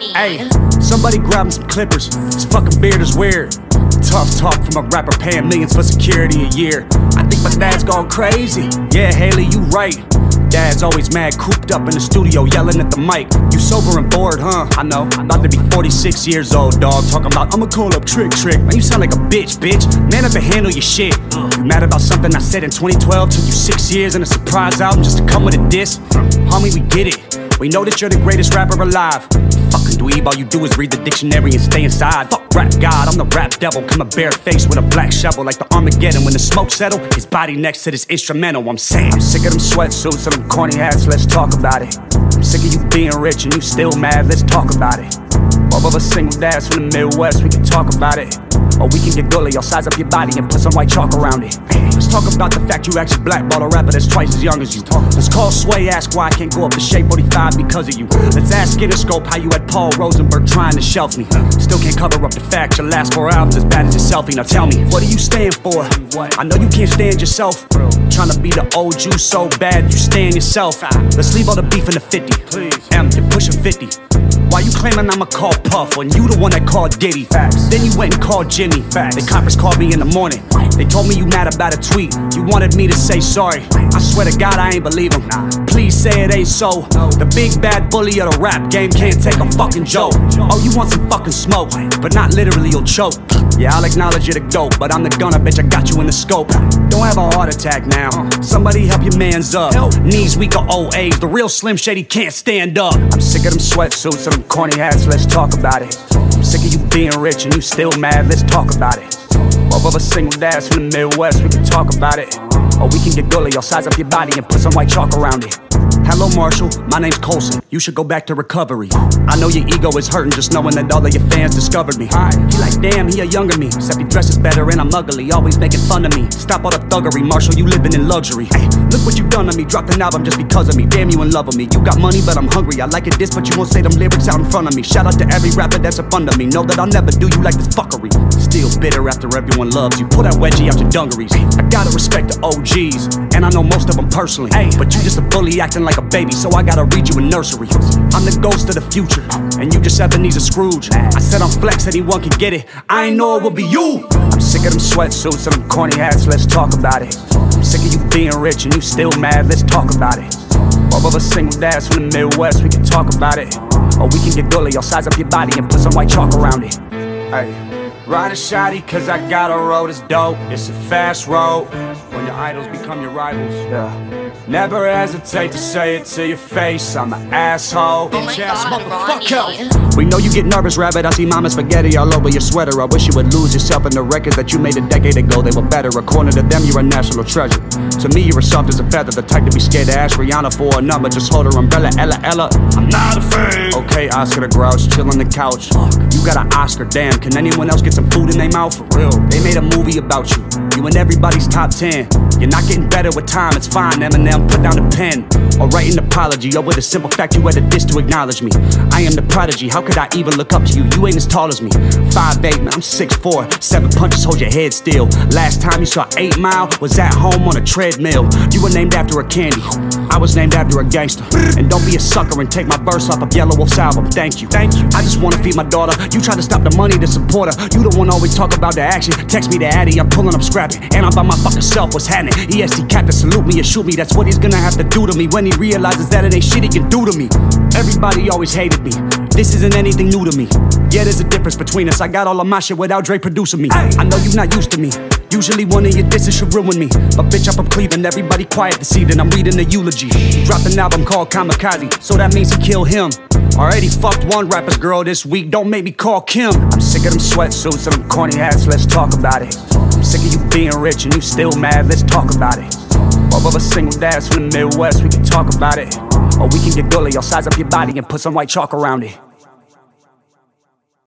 Speaker 4: Hey, somebody grab him some clippers. This fucking beard is weird. Tough talk from a rapper paying millions for security a year. I think my dad's gone crazy. Yeah, Haley, you right. Dad's always mad, cooped up in the studio, yelling at the mic. You sober and bored, huh? I know. I'm about to be forty-six years old, dog. Talking about, I'ma call up Trick Trick. Man, you sound like a bitch, bitch. Man up and handle your shit. You mad about something I said in twenty twelve? Took you six years and a surprise album just to come with a diss? Homie, we get it. We know that you're the greatest rapper alive. Fucking dweeb, all you do is read the dictionary and stay inside. Fuck rap god, I'm the rap devil. Coming barefaced with a black shovel like the Armageddon. When the smoke settle, his body next to this instrumental. I'm saying, I'm sick of them sweatsuits and them corny hats, let's talk about it. I'm sick of you being rich and you still mad, let's talk about it. Both of us single dads from the Midwest, we can talk about it. Or we can get gully, I'll size up your body and put some white chalk around it. Hey, let's talk about the fact you actually blackballed a rapper that's twice as young as you. Let's call Sway, ask why I can't go up to Shape forty-five because of you. Let's ask Interscope how you had Paul Rosenberg trying to shelf me. Still can't cover up the fact your last four albums as bad as your selfie. Now tell me, what do you stand for? I know you can't stand yourself. Trying to be the old you so bad you stand yourself. Let's leave all the beef in the fifty. M, you're pushing fifty. Why you claiming I'ma call Puff when you the one that called Diddy? Facts. Then you went and called Jimmy. Facts. The coppers called me in the morning. They told me you mad about a tweet. You wanted me to say sorry. I swear to God I ain't believe them. Please say it ain't so. The big bad bully of the rap game can't take a fucking joke. Oh, you want some fucking smoke, but not literally, you'll choke. Yeah, I'll acknowledge you're the dope, but I'm the gunner, bitch, I got you in the scope. Don't have a heart attack now. Somebody help your mans up. Knees weak or old age, the real Slim Shady can't stand up. I'm sick of them sweatsuits and them corny hats, let's talk about it. I'm sick of you being rich and you still mad, let's talk about it. Both of us single dads from the Midwest, we can talk about it. Or we can get gully, I'll size up your body and put some white chalk around it. Hello Marshall, my name's Colson, you should go back to recovery. I know your ego is hurting just knowing that all of your fans discovered me. He like, damn, he a younger me, except he dresses better and I'm ugly, always making fun of me. Stop all the thuggery, Marshall, you living in luxury. Hey, look what you done to me, dropped an album just because of me. Damn, you in love with me, you got money but I'm hungry. I like it this but you won't say them lyrics out in front of me. Shout out to every rapper that's up under me, know that I'll never do you like this fuckery. Still bitter after everyone loves you, pull that wedgie out your dungarees. I gotta respect the O Gs, and I know most of them personally. But you just a bully acting like a baby, so I gotta read you a nursery. I'm the ghost of the future, and you just Ebenezer Scrooge. I said I'm flex, anyone can get it, I ain't know it would be you. I'm sick of them sweatsuits and them corny hats, let's talk about it. I'm sick of you being rich and you still mad, let's talk about it. Both of us single dads from the Midwest, we can talk about it. Or we can get gully, I'll size up your body and put some white chalk around it. Hey. Ride a shotty cause I got a road that's dope. It's a fast road when your idols become your rivals. Yeah. Never hesitate to say it to your face, I'm an asshole. Bitch ass motherfucker. We know you get nervous, rabbit. I see mama spaghetti all over your sweater. I wish you would lose yourself in the records that you made a decade ago. They were better. According to them, you're a national treasure. To me, you're soft as a feather, the type to be scared to ask Rihanna for a number. Just hold her umbrella, Ella, Ella. I'm not afraid. Okay, Oscar the Grouch, chill on the couch. You got an Oscar, damn. Can anyone else get some food in their mouth? For real. They made a movie about you. You in everybody's top ten. You're not getting better with time, it's fine. Eminem, put down the pen. Or write an apology, or with a simple fact you had a diss to acknowledge me. I am the prodigy, how could I even look up to you? You ain't as tall as me. five eight, man, I'm six four. Seven punches, hold your head still. Last time you saw eight mile was at home on a treadmill. You were named after a candy, I was named after a gangster. And don't be a sucker and take my verse off of Yellow Wolf's album. Thank you. Thank you. I just wanna feed my daughter. You try to stop the money to support her. You the one always talk about the action. Text me the Addy, I'm pulling up scrapping. And I'm by my fucking self, what's happening? E S T Captain salute me or shoot me. That's what he's gonna have to do to me when he realizes that it ain't shit he can do to me. Everybody always hated me. This isn't anything new to me. Yeah, there's a difference between us. I got all of my shit without Dre producing me. I know you're not used to me. Usually one of your disses should ruin me. But bitch, I'm from Cleveland, everybody quiet this evening. I'm reading the eulogy. He dropped an album called Kamikaze, so that means he killed him. Already fucked one rapper's girl this week, don't make me call Kim. I'm sick of them sweatsuits and them corny hats, let's talk about it. I'm sick of you being rich and you still mad, let's talk about it. Both of us single dads from the Midwest, we can talk about it. Or we can get gully, I'll size up your body and put some white chalk around it.